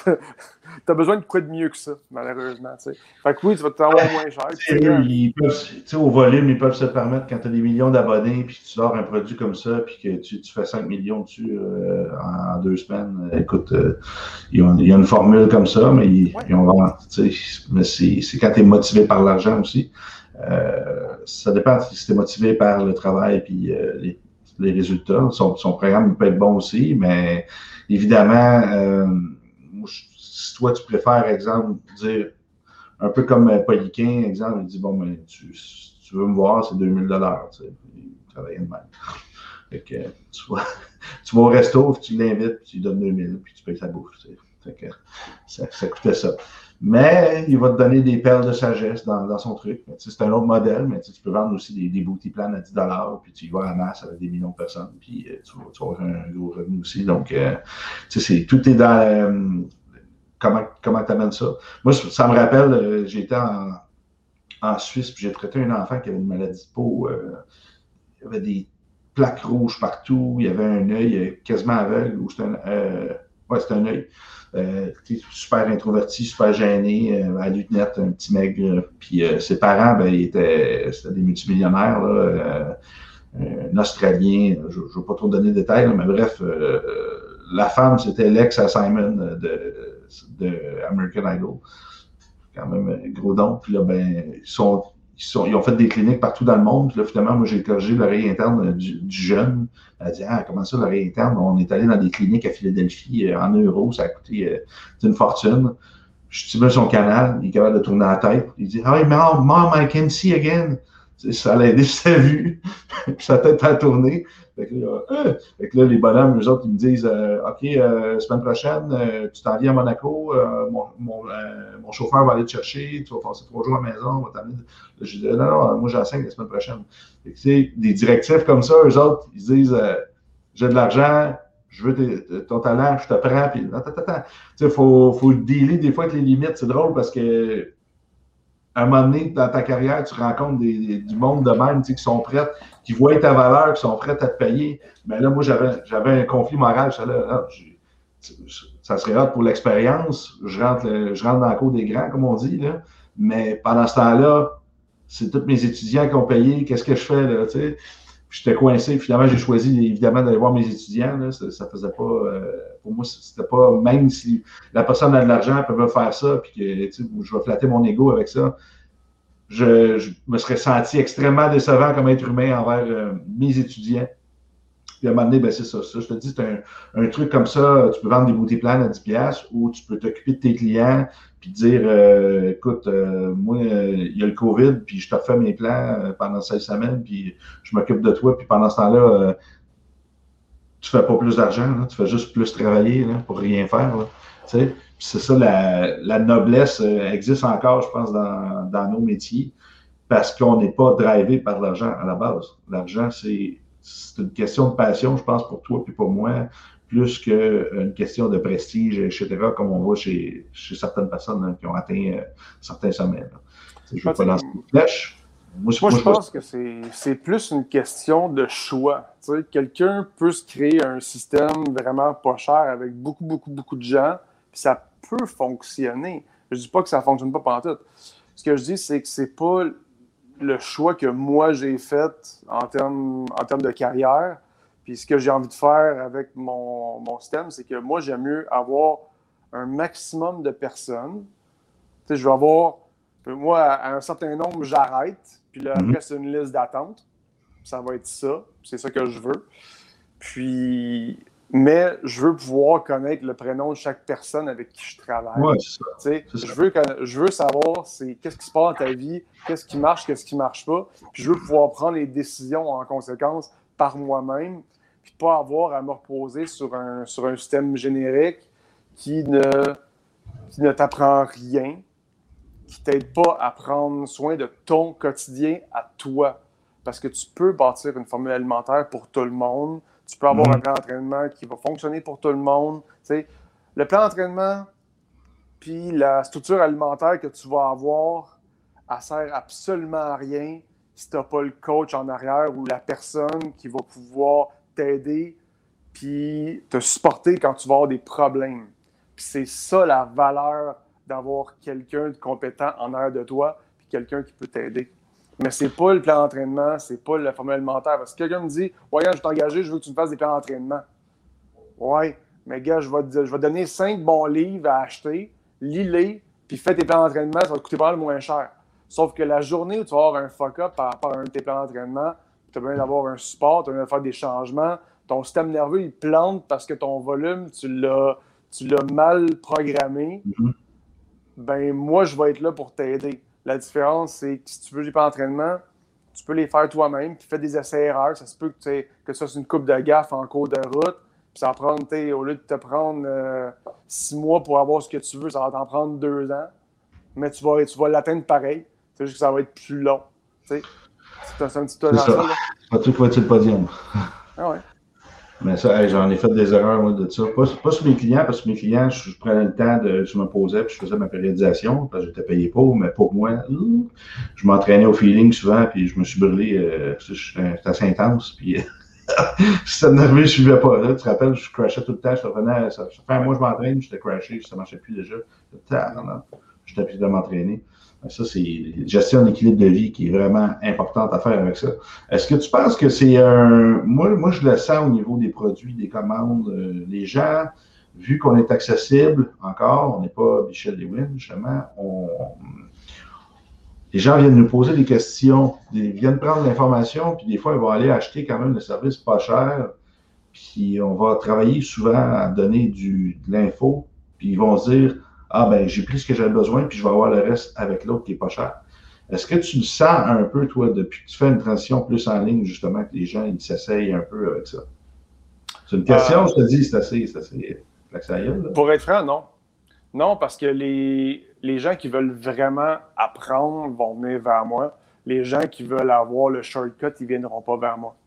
as besoin de quoi de mieux que ça, malheureusement. T'sais. Fait que oui, tu vas t'avoir moins cher. Eux, ils peuvent, au volume, ils peuvent se permettre, quand tu as des millions d'abonnés, puis tu sors un produit comme ça, puis que tu, tu fais cinq millions dessus euh, en deux semaines. Écoute, euh, il y a une formule comme ça, mais ils, ouais. ils ont vraiment. Mais c'est, c'est quand tu es motivé par l'argent aussi. Euh, ça dépend si tu es motivé par le travail puis euh, les, les résultats. Son, son programme peut être bon aussi, mais évidemment, euh, si toi, tu préfères, exemple, dire un peu comme Poliquin, exemple, il dit, bon, ben, tu, tu veux me voir, c'est deux mille dollars, tu sais, il travaillait de même. Fait que tu vas, tu vas au resto, puis tu l'invites, puis tu lui donnes deux mille, puis tu payes sa bouffe, tu sais. Fait que ça, ça coûtait ça. Mais il va te donner des perles de sagesse dans, dans son truc. Mais, c'est un autre modèle, mais tu peux vendre aussi des, des booty plans à dix dollars, puis tu y vas à masse avec des millions de personnes, puis euh, tu, vas, tu vas avoir un gros revenu aussi. Donc, euh, c'est, tout est dans euh, comment comment tu amènes ça. Moi, ça me rappelle, euh, j'étais en, en Suisse, puis j'ai traité un enfant qui avait une maladie de peau. Euh, il y avait des plaques rouges partout, il y avait un œil quasiment aveugle, ou c'était un, euh, ouais, c'était un œil. Euh, super introverti, super gêné, euh, à lunettes, un petit maigre. Puis euh, ses parents, ben, ils étaient, c'était des multimillionnaires, là, euh, un Australien, je ne vais pas trop donner de détails, là, mais bref, euh, la femme, c'était l'ex à Simon de, de American Idol. Quand même un gros don. Puis là, ben, ils sont, ils sont, ils ont fait des cliniques partout dans le monde. Puis là, finalement, moi, j'ai corrigé l'oreille interne du, du jeune. Elle a dit, ah, comment ça, l'oreille interne? On est allé dans des cliniques à Philadelphie euh, en euros. Ça a coûté euh, une fortune. Je stimule son canal. Il est capable de tourner la tête. Il dit, hey, mom, mom, I can see again. Ça l'a aidé sa vue. Sa tête a tourné. Fait que là, euh, fait que là, les bonhommes, eux autres, ils me disent euh, OK, euh, semaine prochaine, euh, tu t'en viens à Monaco, euh, mon, mon, euh, mon chauffeur va aller te chercher, tu vas passer trois jours à la maison, on va t'amener. Je dis non, non, moi j'enseigne la semaine prochaine. Fait que, tu sais, des directives comme ça, eux autres, ils disent euh, j'ai de l'argent, je veux tes, ton talent, je te prends, puis attends, attends, attends. Tu sais, il faut, faut dealer des fois avec les limites. C'est drôle parce que à un moment donné, dans ta carrière, tu rencontres des, des, du monde de même, tu sais, qui sont prêts, qui voient ta valeur, qui sont prêts à te payer. Mais là, moi, j'avais, j'avais un conflit moral. Je là, là, je, ça serait hâte pour l'expérience. Je rentre, le, je rentre dans la cour des grands, comme on dit, là. Mais pendant ce temps-là, c'est tous mes étudiants qui ont payé. Qu'est-ce que je fais, là, tu sais? J'étais coincé. Finalement, j'ai choisi, évidemment, d'aller voir mes étudiants. Là. Ça, ça faisait pas... Euh, pour moi, c'était pas... Même si la personne a de l'argent, elle peut faire ça, puis que, tu sais, je vais flatter mon ego avec ça, je, je me serais senti extrêmement décevant comme être humain envers euh, mes étudiants. Puis à un moment donné, ben c'est ça, ça. Je te dis, c'est un, un truc comme ça. Tu peux vendre des beauty plans à dix dollars ou tu peux t'occuper de tes clients puis te dire, euh, écoute, euh, moi, euh, il y a le COVID, puis je te refais mes plans euh, pendant seize semaines, puis je m'occupe de toi, puis pendant ce temps-là, euh, tu fais pas plus d'argent, là, tu fais juste plus travailler là, pour rien faire. Là, tu sais. Puis c'est ça, la, la noblesse euh, existe encore, je pense, dans, dans nos métiers, parce qu'on n'est pas drivé par l'argent à la base. L'argent, c'est c'est une question de passion, je pense, pour toi et pour moi, plus qu'une question de prestige, et cetera, comme on voit chez, chez certaines personnes hein, qui ont atteint euh, certains sommets. Là. Je ne veux pas lancer une flèche. Moi, moi, moi je pense que c'est, c'est plus une question de choix. Tu sais, quelqu'un peut se créer un système vraiment pas cher avec beaucoup, beaucoup, beaucoup de gens, puis ça peut fonctionner. Je ne dis pas que ça ne fonctionne pas pantoute. Ce que je dis, c'est que c'est pas le choix que moi j'ai fait en termes, en termes de carrière. Puis ce que j'ai envie de faire avec mon, mon système, c'est que moi, j'aime mieux avoir un maximum de personnes. Tu sais, je vais avoir, moi, à un certain nombre, j'arrête. Puis là, après, c'est une liste d'attente. Ça va être ça. C'est ça que je veux. Puis, mais je veux pouvoir connaître le prénom de chaque personne avec qui je travaille. Ouais, c'est ça. C'est ça. Je, veux, je veux savoir c'est, qu'est-ce qui se passe dans ta vie, qu'est-ce qui marche, qu'est-ce qui ne marche pas. Puis je veux pouvoir prendre les décisions en conséquence par moi-même, puis pas avoir à me reposer sur un, sur un système générique qui ne, qui ne t'apprend rien, qui ne t'aide pas à prendre soin de ton quotidien à toi. Parce que tu peux bâtir une formule alimentaire pour tout le monde. Tu peux avoir mmh. un plan d'entraînement qui va fonctionner pour tout le monde. T'sais, le plan d'entraînement puis la structure alimentaire que tu vas avoir, elle ne sert absolument à rien si tu n'as pas le coach en arrière ou la personne qui va pouvoir t'aider puis te supporter quand tu vas avoir des problèmes. Puis c'est ça la valeur d'avoir quelqu'un de compétent en arrière de toi puis quelqu'un qui peut t'aider. Mais c'est pas le plan d'entraînement, c'est pas la formule alimentaire. Parce que quelqu'un me dit « Ouais, je vais t'engager, je veux que tu me fasses des plans d'entraînement. » Ouais, mais gars, je vais te, je vais te donner cinq bons livres à acheter, lis-les, puis fais tes plans d'entraînement, ça va te coûter pas mal moins cher. Sauf que la journée où tu vas avoir un fuck-up par rapport à un de tes plans d'entraînement, tu as besoin d'avoir un support, tu as besoin de faire des changements, ton système nerveux, il plante parce que ton volume, tu l'as, tu l'as mal programmé, mm-hmm. ben moi, je vais être là pour t'aider. La différence, c'est que si tu veux des plans d'entraînement, tu peux les faire toi-même, puis fais des essais-erreurs. Ça se peut que, tu que ça soit une coupe de gaffe en cours de route, puis ça va prendre, au lieu de te prendre euh, six mois pour avoir ce que tu veux, ça va t'en prendre deux ans, mais tu vas, tu vas l'atteindre pareil. C'est juste que ça va être plus long. C'est, c'est un petit peu ça. ça pas tout fois-tu le podium. Ah ouais. Mais ça, hey, j'en ai fait des erreurs moi, de ça. Pas, pas sur mes clients, parce que mes clients, je, je prenais le temps de. Je me posais puis je faisais ma périodisation, parce que j'étais payé pour, mais pour moi, je m'entraînais au feeling souvent, puis je me suis brûlé. Euh, c'était assez intense. Puis si ça me nerveux, je ne suivais pas. Là, tu te rappelles, je crashais tout le temps. Je revenais, ça, ça fait un mois je m'entraîne, j'étais crashé, ça ne marchait plus déjà. J'étais plus de m'entraîner. Ça, c'est une gestion d'équilibre de vie qui est vraiment importante à faire avec ça. Est-ce que tu penses que c'est un... Moi, moi, je le sens au niveau des produits, des commandes. Euh, les gens, vu qu'on est accessible encore, on n'est pas Michel Lewin, justement, on... les gens viennent nous poser des questions, ils viennent prendre l'information, puis des fois, ils vont aller acheter quand même le service pas cher, puis on va travailler souvent à donner du, de l'info, puis ils vont se dire ah, ben, j'ai pris ce que j'avais besoin, puis je vais avoir le reste avec l'autre qui n'est pas cher. Est-ce que tu le sens un peu, toi, depuis que tu fais une transition plus en ligne, justement, que les gens, ils s'essayent un peu avec ça? C'est une question, euh, je te dis, c'est assez, c'est assez laxaïel. Pour être franc, non. Non, parce que les, les gens qui veulent vraiment apprendre vont venir vers moi. Les gens qui veulent avoir le shortcut, ils ne viendront pas vers moi.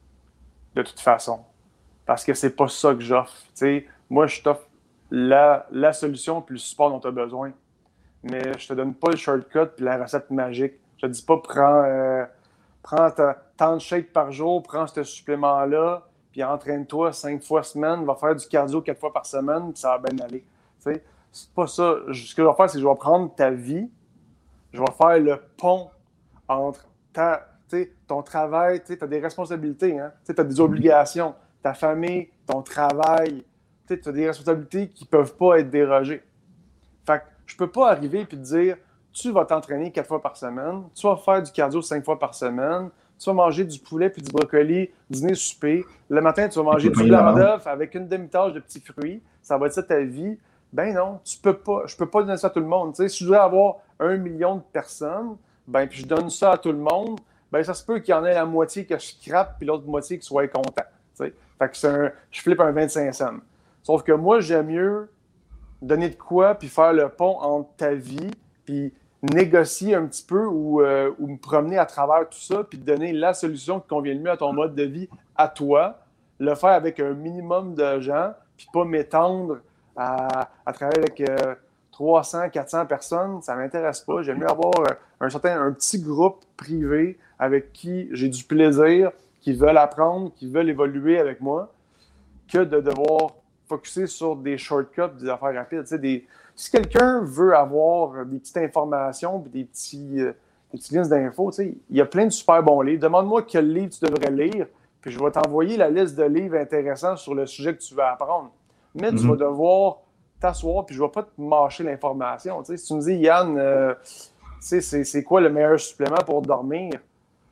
De toute façon. Parce que c'est pas ça que j'offre. Tu sais, moi, je t'offre La, la solution puis le support dont tu as besoin. Mais je te donne pas le shortcut puis la recette magique. Je te dis pas prends, euh, prends ta, tant de shakes par jour, prends ce supplément-là, puis entraîne-toi cinq fois semaine, va faire du cardio quatre fois par semaine, puis ça va bien aller. T'sais, c'est pas ça. Ce que je vais faire, c'est que je vais prendre ta vie, je vais faire le pont entre ta, ton travail, tu as des responsabilités, hein? Tu as des obligations, ta famille, ton travail. Tu as des responsabilités qui ne peuvent pas être dérogées. Fait que je ne peux pas arriver et te dire tu vas t'entraîner quatre fois par semaine, tu vas faire du cardio cinq fois par semaine, tu vas manger du poulet puis du brocoli, dîner, souper. Le matin, tu vas manger du blanc d'œuf avec une demi-tache de petits fruits. Ça va être ça ta vie. Ben non, tu peux pas. Je ne peux pas donner ça à tout le monde. T'sais, si je voudrais avoir un million de personnes, ben puis je donne ça à tout le monde, ben ça se peut qu'il y en ait la moitié que je scrape puis l'autre moitié qui soit content. T'sais. Fait que c'est un, je flippe un vingt-cinq cents. Sauf que moi, j'aime mieux donner de quoi puis faire le pont entre ta vie puis négocier un petit peu ou, euh, ou me promener à travers tout ça puis donner la solution qui convient le mieux à ton mode de vie à toi, le faire avec un minimum de gens puis pas m'étendre à, à travailler avec euh, trois cents, quatre cents personnes, ça ne m'intéresse pas. J'aime mieux avoir un, certain, un petit groupe privé avec qui j'ai du plaisir, qui veulent apprendre, qui veulent évoluer avec moi, que de devoir focusser sur des shortcuts, des affaires rapides. Tu sais, des... Si quelqu'un veut avoir des petites informations et des petits, euh, des petites listes d'infos, tu sais, il y a plein de super bons livres. Demande-moi quel livre tu devrais lire, puis je vais t'envoyer la liste de livres intéressants sur le sujet que tu veux apprendre. Mais mm-hmm. tu vas devoir t'asseoir, puis je ne vais pas te mâcher l'information. Tu sais, si tu me dis, Yann, euh, tu sais, c'est, c'est quoi le meilleur supplément pour dormir?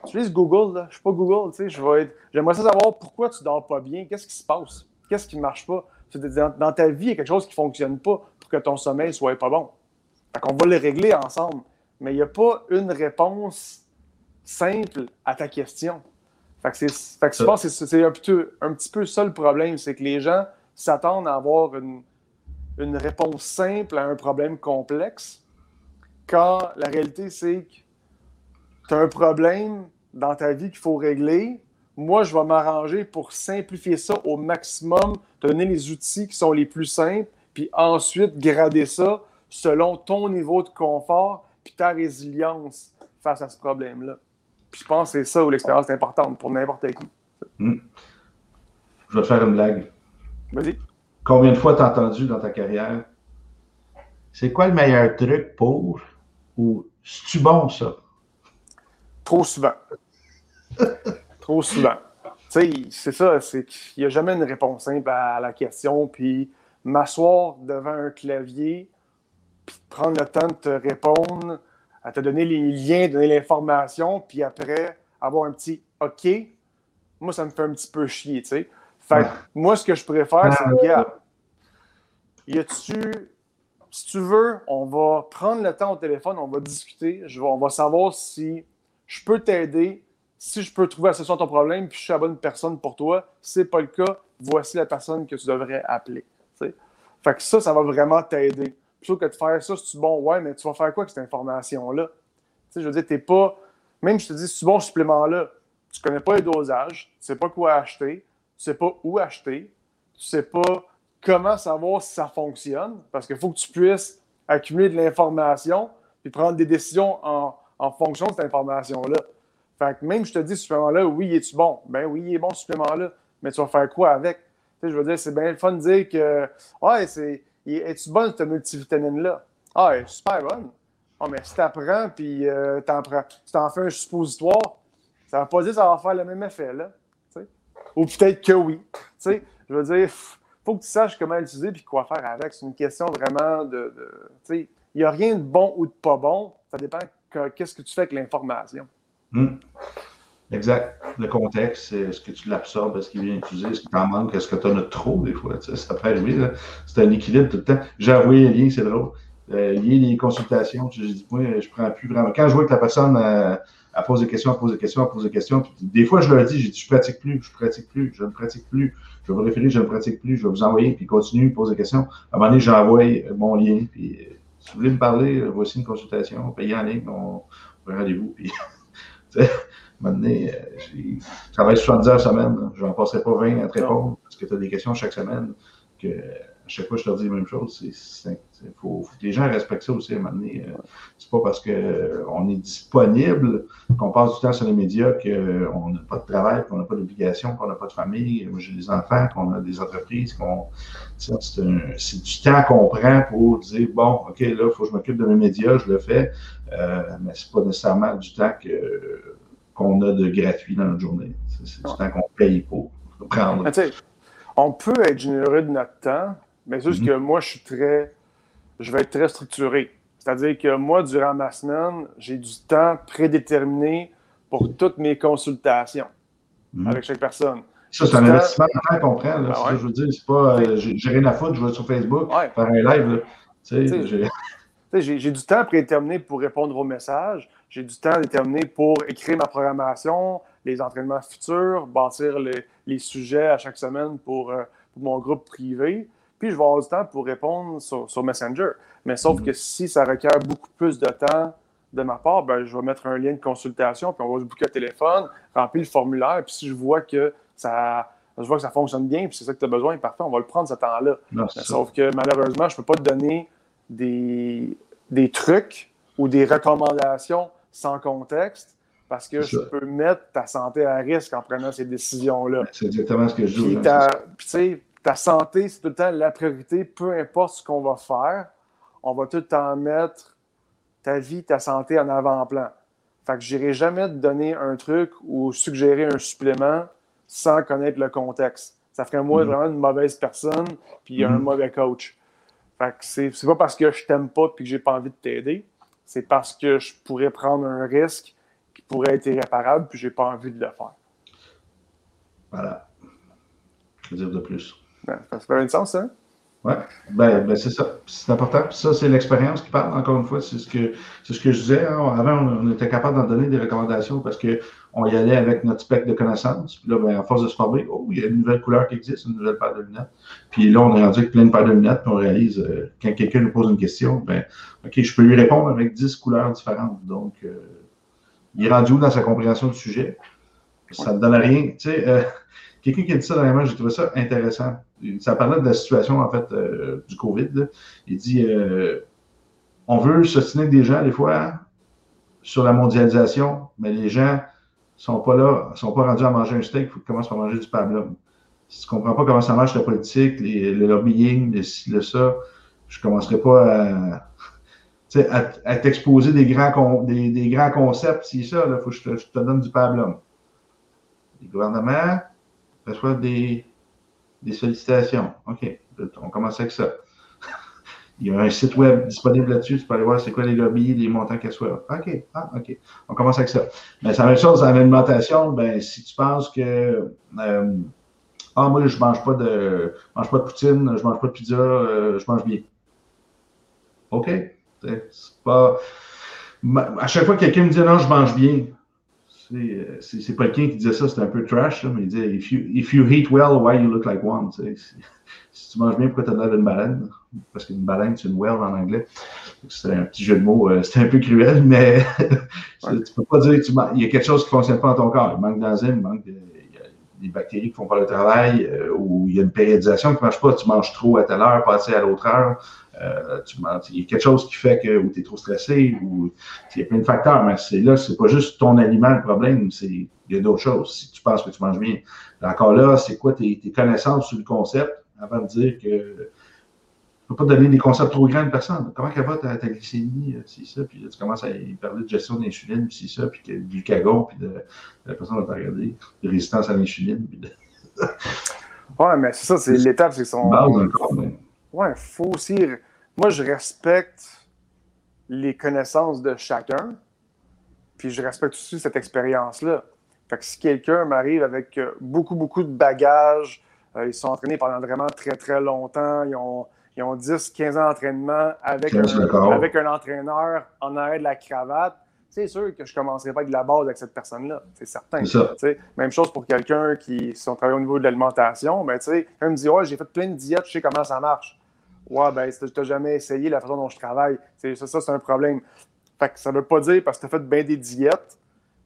utilise Google, là. Je suis pas Google, tu sais, je vais être... J'aimerais ça savoir pourquoi tu dors pas bien, qu'est-ce qui se passe, qu'est-ce qui marche pas. Dans, dans ta vie, il y a quelque chose qui fonctionne pas pour que ton sommeil soit pas bon. Fait qu'on va le régler ensemble. Mais il n'y a pas une réponse simple à ta question. Fait que, c'est, fait que je pense que c'est, c'est un, petit, un petit peu ça le problème, c'est que les gens s'attendent à avoir une, une réponse simple à un problème complexe, quand la réalité, c'est que tu as un problème dans ta vie qu'il faut régler. Moi, je vais m'arranger pour simplifier ça au maximum, te donner les outils qui sont les plus simples, puis ensuite grader ça selon ton niveau de confort puis ta résilience face à ce problème-là. Puis je pense que c'est ça où l'expérience est importante pour n'importe qui. Mmh. Je vais te faire une blague. Vas-y. Combien de fois t'as entendu dans ta carrière « C'est quoi le meilleur truc pour » ou « C'est-tu bon, ça? » Trop souvent. Trop souvent. Tu sais, c'est ça, c'est qu'il n'y a jamais une réponse simple à la question, puis m'asseoir devant un clavier, puis prendre le temps de te répondre, à te donner les liens, donner l'information, puis après, avoir un petit « OK », moi, ça me fait un petit peu chier, tu sais. Fait que moi, ce que je préfère, c'est que, gars, y a-tu... Si tu veux, on va prendre le temps au téléphone, on va discuter, je vais, on va savoir si je peux t'aider, si je peux trouver la solution à ton problème, puis je suis la bonne personne pour toi. Si ce n'est pas le cas, voici la personne que tu devrais appeler. T'sais. Fait que ça, ça va vraiment t'aider. Plutôt que de faire ça, si tu es bon, ouais, mais tu vas faire quoi avec cette information-là? T'sais, je veux dire, t'es pas. Même si je te dis, si tu es bon ce supplément-là, tu ne connais pas les dosages, tu ne sais pas quoi acheter, tu ne sais pas où acheter, tu ne sais pas comment savoir si ça fonctionne, parce qu'il faut que tu puisses accumuler de l'information puis prendre des décisions en, en fonction de cette information-là. Fait que même je te dis, ce supplément-là, oui, es-tu bon? Ben oui, il est bon, ce supplément-là, mais tu vas faire quoi avec? Tu sais, je veux dire, c'est bien le fun de dire que, ouais, c'est, es-tu bonne cette multivitamine-là? Ah, elle est super bonne. Ah, mais si tu apprends puis euh, t'en prends, tu t'en fais un suppositoire, ça ne veut pas dire que ça va faire le même effet, là. T'sais? Ou peut-être que oui. T'sais, je veux dire, faut que tu saches comment l'utiliser et quoi faire avec. C'est une question vraiment de... de il n'y a rien de bon ou de pas bon. Ça dépend que, qu'est-ce que tu fais avec l'information. Mmh. Exact. Le contexte, est-ce que tu l'absorbes, est-ce qu'il vient utiliser, est-ce qu'il t'en manque, est-ce que tu en as trop des fois? Ça peut arriver. Là. C'est un équilibre tout le temps. J'ai envoyé un lien, c'est drôle. Euh, il y a les consultations. J'ai dit, moi, je ne prends plus vraiment. Quand je vois que la personne euh, elle pose des questions, elle pose des questions, elle pose des questions, puis des fois, je leur dis, j'ai dit, je ne pratique plus, je ne pratique plus, je ne pratique plus. Je vais vous référer, je ne pratique plus, je vais vous envoyer, puis continue, pose des questions. À un moment donné, j'envoie mon lien, puis euh, si vous voulez me parler, voici une consultation, payez en ligne, on fait un rendez-vous, puis à un moment donné, euh, je travaille soixante-dix heures semaine, je n'en passerai pas vingt à te répondre, parce que tu as des questions chaque semaine, que à chaque fois, je leur dis la même chose. Il faut, faut que les gens respectent ça aussi à un moment donné. C'est pas parce qu'on est disponible, qu'on passe du temps sur les médias, qu'on n'a pas de travail, qu'on n'a pas d'obligation, qu'on n'a pas de famille. Moi, j'ai des enfants, qu'on a des entreprises, qu'on. C'est, un, c'est du temps qu'on prend pour dire bon, OK, là, il faut que je m'occupe de mes médias, je le fais, euh, mais c'est pas nécessairement du temps que, qu'on a de gratuit dans notre journée. C'est, c'est du temps qu'on paye pour prendre. On peut être généreux de notre temps, mais c'est juste mm-hmm. que moi, je suis très. Je vais être très structuré. C'est-à-dire que moi, durant ma semaine, j'ai du temps prédéterminé pour toutes mes consultations mm-hmm. avec chaque personne. Ça, c'est un investissement de temps qu'on prend. Là, ben c'est ouais. ça, je veux dire, c'est pas. Euh, j'ai, j'ai rien à foutre, je vais sur Facebook, ouais. faire un live. Tu sais, j'ai... J'ai, j'ai du temps prédéterminé pour répondre aux messages. J'ai du temps déterminé pour écrire ma programmation, les entraînements futurs, bâtir les, les sujets à chaque semaine pour, euh, pour mon groupe privé. Puis, je vais avoir du temps pour répondre sur, sur Messenger. Mais sauf mm-hmm. que si ça requiert beaucoup plus de temps de ma part, ben, je vais mettre un lien de consultation, puis on va se booker le téléphone, remplir le formulaire. Puis si je vois que ça, je vois que ça fonctionne bien, puis c'est ça que tu as besoin, parfait, on va le prendre ce temps-là. Non, Mais, sauf que malheureusement, je ne peux pas te donner des, des trucs ou des recommandations sans contexte parce que je peux mettre ta santé à risque en prenant ces décisions-là. C'est exactement ce que je dis. Puis, ta, puis tu sais, ta santé, c'est tout le temps la priorité, peu importe ce qu'on va faire, on va tout le temps mettre ta vie, ta santé en avant-plan. Fait que je n'irai jamais te donner un truc ou suggérer un supplément sans connaître le contexte. Ça ferait moi mm-hmm. vraiment une mauvaise personne puis mm-hmm. un mauvais coach. Fait que c'est, c'est pas parce que je t'aime pas et que j'ai pas envie de t'aider. C'est parce que je pourrais prendre un risque qui pourrait être irréparable, puis j'ai pas envie de le faire. Voilà. Que dire de plus? Ben, ça fait un sens, hein? Oui, ben, ben c'est ça. C'est important. Puis ça, c'est l'expérience qui parle, encore une fois. C'est ce que, c'est ce que je disais. Hein. Avant, on, on était capable d'en donner des recommandations parce qu'on y allait avec notre spectre de connaissances. Puis là, ben, à force de se former, oh, il y a une nouvelle couleur qui existe, une nouvelle paire de lunettes. Puis là, on est rendu avec plein de paires de lunettes. Puis on réalise, euh, quand quelqu'un nous pose une question, ben, OK, je peux lui répondre avec dix couleurs différentes. Donc, euh, il est rendu où dans sa compréhension du sujet? Ça ne donne rien. Tu sais, euh, quelqu'un qui a dit ça dernièrement, j'ai trouvé ça intéressant. Ça parlait de la situation, en fait, euh, du COVID. Là. Il dit euh, on veut s'ostiner des gens, des fois, sur la mondialisation, mais les gens ne sont pas là, ne sont pas rendus à manger un steak, il faut qu'ils commencent par manger du pablum. Si tu ne comprends pas comment ça marche la politique, les, le lobbying, le ci, le ça, je ne commencerai pas à, à, à t'exposer des grands, des, des grands concepts. Si ça, il faut que je te, je te donne du pablum. Les gouvernements reçoivent des, des sollicitations. OK, on commence avec ça. Il y a un site web disponible là-dessus, tu peux aller voir c'est quoi les lobbies, les montants qu'elles soient. OK, ah, OK, on commence avec ça. Mais c'est la même chose en alimentation. Ben, si tu penses que euh, ah, moi, je mange pas de je mange pas de poutine, je mange pas de pizza, euh, je mange bien. OK. C'est pas. À chaque fois que quelqu'un me dit non, je mange bien. C'est, c'est pas quelqu'un qui disait ça, c'était un peu trash, là, mais il disait if you, if you eat well, why you look like one? Si, si tu manges bien, pourquoi tu as l'air d'une baleine? Parce qu'une baleine, c'est une whale en anglais. C'était un petit jeu de mots, euh, c'était un peu cruel, mais ouais. Tu peux pas dire que tu manges. Il y a quelque chose qui ne fonctionne pas dans ton corps. Il manque d'enzymes, il manque de, il y a des bactéries qui font pas le travail, euh, ou il y a une périodisation qui ne marche pas, tu manges trop à telle heure, pas assez à l'autre heure. Euh, tu, il y a quelque chose qui fait que tu es trop stressé, ou il y a plein de facteurs, mais c'est là, c'est pas juste ton aliment le problème, c'est, il y a d'autres choses. Si tu penses que tu manges bien, encore là, c'est quoi tes, tes connaissances sur le concept avant de dire que tu ne peux pas donner des concepts trop grands à une personne. Comment elle va ta, ta glycémie, c'est ça, puis là, tu commences à y parler de gestion de l'insuline, puis c'est ça, puis du glucagon, puis de, de la personne va te regarder, de résistance à l'insuline. Puis de... ouais, mais c'est ça, c'est l'étape, c'est son. Base encore, mais... Ouais, il faut aussi. Moi, je respecte les connaissances de chacun, puis je respecte aussi cette expérience-là. Fait que si quelqu'un m'arrive avec beaucoup, beaucoup de bagages, euh, ils sont entraînés pendant vraiment très, très longtemps, ils ont, ils ont dix, quinze ans d'entraînement avec un, avec un entraîneur en arrière de la cravate, c'est sûr que je ne commencerai pas avec de la base avec cette personne-là. C'est certain. C'est même chose pour quelqu'un qui, si on travaille au niveau de l'alimentation, ben, quand il me dit ouais, j'ai fait plein de diètes, je sais comment ça marche. Ouais, ben, tu n'as jamais essayé la façon dont je travaille. C'est, ça, ça, c'est un problème. Fait que ça ne veut pas dire, parce que tu as fait bien des diètes,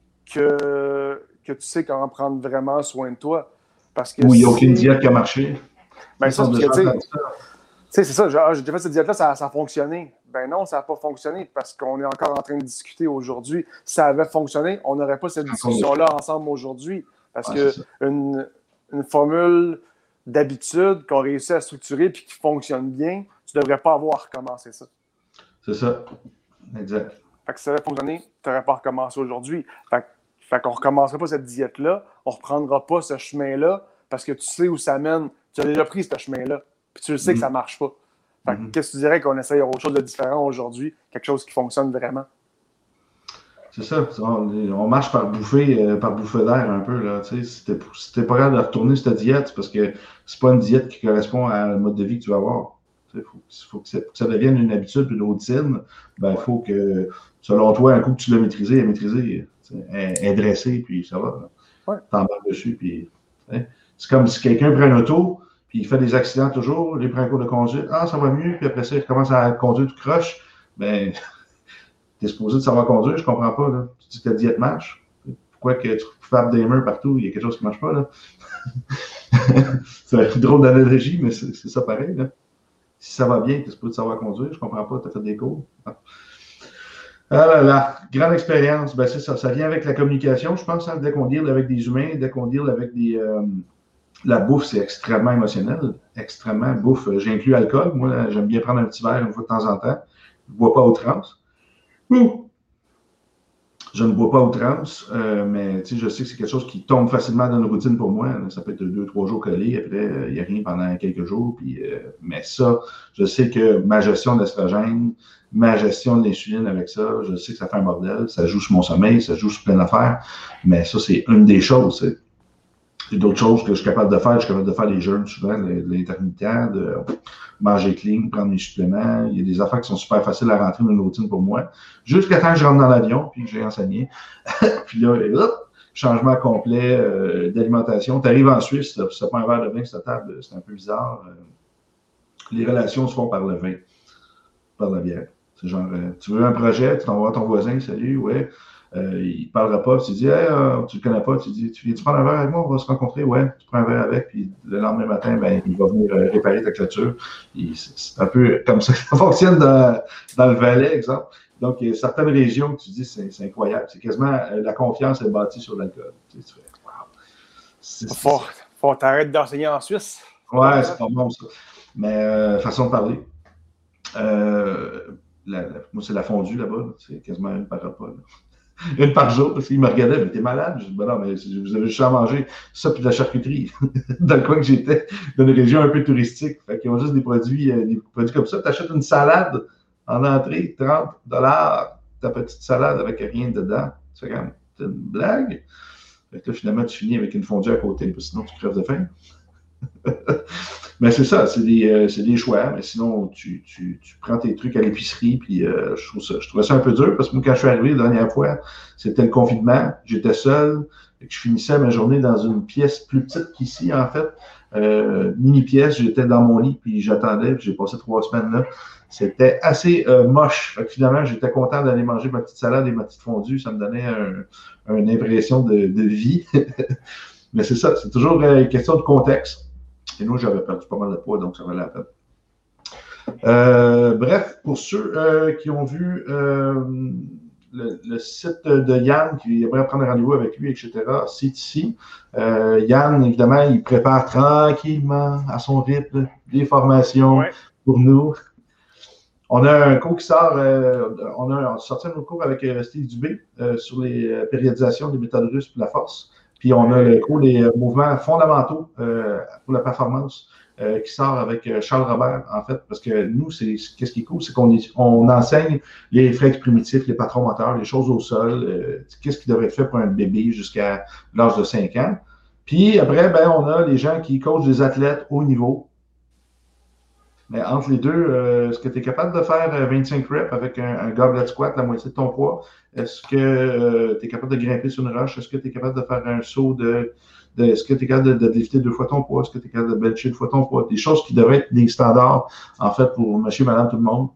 que, que tu sais comment prendre vraiment soin de toi. Parce que Ou il n'y a aucune diète qui a marché. Ben, ça, c'est tu sais, c'est ça. Genre, j'ai déjà fait cette diète-là, ça, ça a fonctionné. Ben non, ça n'a pas fonctionné parce qu'on est encore en train de discuter aujourd'hui. Si ça avait fonctionné, on n'aurait pas cette discussion-là ensemble aujourd'hui. Parce ouais, qu'une une formule d'habitude qu'on réussit à structurer et qui fonctionne bien, tu ne devrais pas avoir recommencé ça. C'est ça. Exact. Fait que si ça avait fonctionné, tu n'aurais pas recommencé aujourd'hui. Fait, fait qu'on ne recommencerait pas cette diète-là, on ne reprendra pas ce chemin-là parce que tu sais où ça mène. Tu as déjà pris ce chemin-là, puis tu le sais mm-hmm. que ça ne marche pas. Fait que, mm-hmm. qu'est-ce que tu dirais qu'on essaye autre chose de différent aujourd'hui, quelque chose qui fonctionne vraiment? C'est ça, on, on marche par bouffée, euh, par bouffée d'air un peu. Là, si tu n'es pas capable de retourner cette diète, c'est parce que c'est pas une diète qui correspond à le mode de vie que tu vas avoir. Il faut, faut que, ça, pour que ça devienne une habitude, une routine, ben, il faut que, selon toi, un coup que tu l'as maîtrisé, maîtrisé, est dressé, puis ça va. Ouais. T'embarques dessus, puis... C'est comme si quelqu'un prend un auto, puis il fait des accidents toujours, il prend un cours de conduite, ah, ça va mieux, puis après ça, il commence à conduire tout croche, ben... T'es supposé de savoir conduire, je comprends pas, là. Tu dis que ta diète marche. Pourquoi que tu frappes des murs partout, il y a quelque chose qui marche pas, là? C'est une drôle d'analogie, mais c'est, c'est ça pareil, là. Si ça va bien, t'es supposé de savoir conduire, je comprends pas, t'as fait des cours. Ah, ah là là, grande expérience, ben c'est ça, ça vient avec la communication, je pense, hein, dès qu'on deal avec des humains, dès qu'on deal avec des... Euh, la bouffe, c'est extrêmement émotionnel, extrêmement, bouffe, j'inclus alcool, moi, j'aime bien prendre un petit verre une fois de temps en temps, je bois pas à outrance. Ouh. Je ne bois pas à outrance, euh, mais je sais que c'est quelque chose qui tombe facilement dans une routine pour moi. Ça peut être deux, trois jours collés, après, il n'y a rien pendant quelques jours. Puis, euh, mais ça, je sais que ma gestion d'estrogène, ma gestion de l'insuline avec ça, je sais que ça fait un bordel. Ça joue sur mon sommeil, ça joue sur plein d'affaires. Mais ça, c'est une des choses. C'est... J'ai d'autres choses que je suis capable de faire. Je suis capable de faire des jeûnes souvent, de, de l'intermittent, de manger clean, prendre mes suppléments. Il y a des affaires qui sont super faciles à rentrer dans une routine pour moi. Jusqu'à temps que je rentre dans l'avion, puis que j'ai enseigné. Puis là, hop, changement complet euh, d'alimentation. Tu arrives en Suisse, tu n'as pas un verre de vin sur ta table, c'est un peu bizarre. Les relations se font par le vin, par la bière. C'est genre, euh, tu veux un projet, tu t'envoies à ton voisin, salut, ouais. Euh, il ne parlera pas, tu dis, hey, euh, tu ne le connais pas, tu dis, tu viens-tu prendre un verre avec moi, on va se rencontrer, ouais, tu prends un verre avec, puis le lendemain matin, ben, il va venir euh, réparer ta clôture. C'est un peu comme ça que ça fonctionne dans, dans le Valais, exemple. Donc, il y a certaines régions que tu dis, c'est incroyable. C'est quasiment, euh, la confiance est bâtie sur l'alcool. Tu sais, tu fais, wow. C'est fort. Faut t'arrêter d'enseigner en Suisse. Ouais, c'est pas bon, ça. Mais, euh, façon de parler. Euh, la, la, moi, c'est la fondue là-bas. C'est quasiment une par repas. Là. Une par jour, parce qu'il me regardait, mais t'es malade? Je dis, ben non, mais vous avez juste à manger ça puis de la charcuterie. Dans le coin que j'étais, dans une région un peu touristique. Fait qu'ils ont juste des produits, euh, des produits comme ça. Tu achètes une salade en entrée, trente dollars, ta petite salade avec rien dedans. C'est quand même une blague. Fait que là, finalement, tu finis avec une fondue à côté, parce que sinon, tu crèves de faim. Mais c'est ça, c'est des, euh, des choix. Mais sinon, tu, tu, tu prends tes trucs à l'épicerie, puis euh, je, trouve ça, je trouvais ça un peu dur parce que moi, quand je suis arrivé la dernière fois, c'était le confinement, j'étais seul, et que je finissais ma journée dans une pièce plus petite qu'ici, en fait. Euh, mini-pièce, j'étais dans mon lit, puis j'attendais, puis j'ai passé trois semaines là. C'était assez euh, moche. Fait que finalement, j'étais content d'aller manger ma petite salade et ma petite fondue. Ça me donnait un, une impression de, de vie. Mais c'est ça, c'est toujours une question de contexte. Et nous, j'avais perdu pas mal de poids, donc ça valait la peine. Euh, bref, pour ceux euh, qui ont vu euh, le, le site de Yann, qui aimerait prendre un rendez-vous avec lui, et cetera, c'est ici. Euh, Yann, évidemment, il prépare tranquillement, à son rythme, des formations ouais. pour nous. On a un cours qui sort, euh, on a sorti un autre cours avec euh, Steve Dubé euh, sur les périodisations des méthodes russes pour la force. Puis on a le cours des mouvements fondamentaux euh, pour la performance euh, qui sort avec Charles Robert, en fait, parce que nous, c'est qu'est-ce qui est cool, c'est qu'on on enseigne les réflexes primitifs, les patrons moteurs, les choses au sol, euh, qu'est-ce qui devrait être fait pour un bébé jusqu'à l'âge de cinq ans. Puis après, ben, on a les gens qui coachent des athlètes haut niveau. Mais entre les deux, euh, est-ce que tu es capable de faire vingt-cinq reps avec un, un goblet squat, la moitié de ton poids? Est-ce que euh, tu es capable de grimper sur une roche? Est-ce que tu es capable de faire un saut de... de est-ce que tu es capable de, de lifter deux fois ton poids? Est-ce que tu es capable de bencher deux fois ton poids? Des choses qui devraient être des standards, en fait, pour monsieur, madame, tout le monde.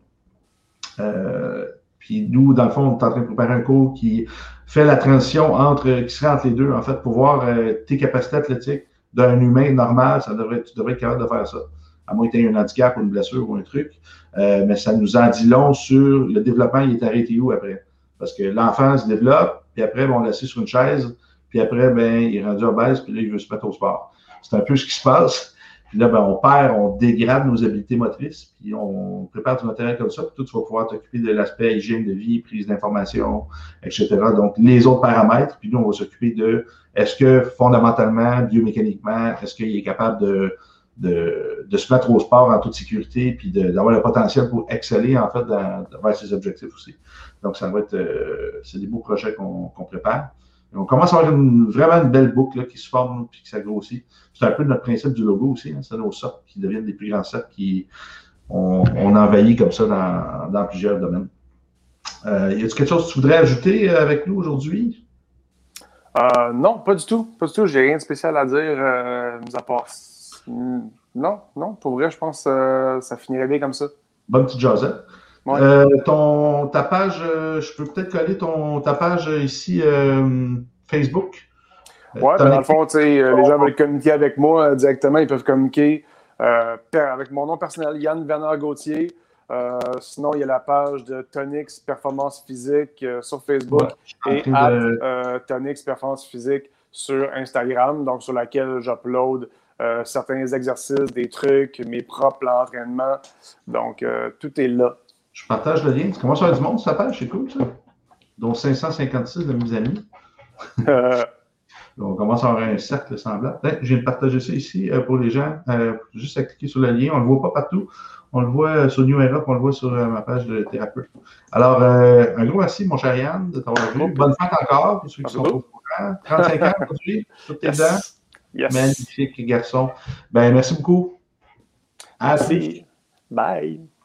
Euh, puis nous, dans le fond, on est en train de préparer un cours qui fait la transition entre, qui serait entre les deux, en fait, pour voir euh, tes capacités athlétiques d'un humain normal, ça devrait, tu devrais être capable de faire ça. À moins que tu aies un handicap ou une blessure ou un truc. Euh, mais ça nous en dit long sur le développement, il est arrêté où après? Parce que l'enfant se développe, puis après, ben, on l'assied sur une chaise, puis après, ben, il est rendu obèse, puis là, il veut se mettre au sport. C'est un peu ce qui se passe. Puis là, ben, on perd, on dégrade nos habiletés motrices, puis on prépare du matériel comme ça, puis toi, tu vas pouvoir t'occuper de l'aspect hygiène de vie, prise d'information, et cetera. Donc, les autres paramètres, puis nous, on va s'occuper de est-ce que fondamentalement, biomécaniquement, est-ce qu'il est capable de De, de se mettre au sport en toute sécurité puis d'avoir le potentiel pour exceller, en fait, dans, vers ses objectifs aussi. Donc, ça va être, euh, c'est des beaux projets qu'on qu'on prépare. Et on commence à avoir une, vraiment une belle boucle là, qui se forme puis qui s'agrossit. C'est un peu notre principe du logo aussi, hein, c'est nos cercles qui deviennent des plus grands cercles qui on, on envahit comme ça dans, dans plusieurs domaines. Euh, y a-t-il quelque chose que tu voudrais ajouter avec nous aujourd'hui? Euh, non, pas du tout. Pas du tout. J'ai rien de spécial à dire, euh, mis à part Non, non, pour vrai, je pense que euh, ça finirait bien comme ça. Bonne petite jasette. Ouais. Euh, ton, ta page, euh, je peux peut-être coller ton, ta page ici, euh, Facebook. Oui, ben dans le fond, tu sais, les gens veulent communiquer avec moi euh, directement. Ils peuvent communiquer euh, avec mon nom personnel, Yann Bernard-Gauthier. Euh, sinon, il y a la page de Tonix Performance Physique euh, sur Facebook ouais, et at, de... euh, Tonix Performance Physique sur Instagram, donc sur laquelle j'upload Euh, certains exercices, des trucs, mes propres plans d'entraînement. Donc, euh, tout est là. Je partage le lien. Tu commences à avoir du monde sur ta page, c'est cool, ça. dont cinq cent cinquante-six de mes amis. Euh, On commence à avoir un cercle semblable. Là, je viens de partager ça ici euh, pour les gens. Euh, juste à cliquer sur le lien. On ne le voit pas partout. On le voit euh, sur New Era, on le voit sur euh, ma page de thérapeute. Alors, euh, un gros merci, mon cher Yann, de t'avoir vu. Bonne fête encore pour ceux qui sont au courant. trente-cinq ans aujourd'hui, toutes tes dents. Yes. Magnifique garçon. Ben, merci beaucoup. À merci. Plus. Bye.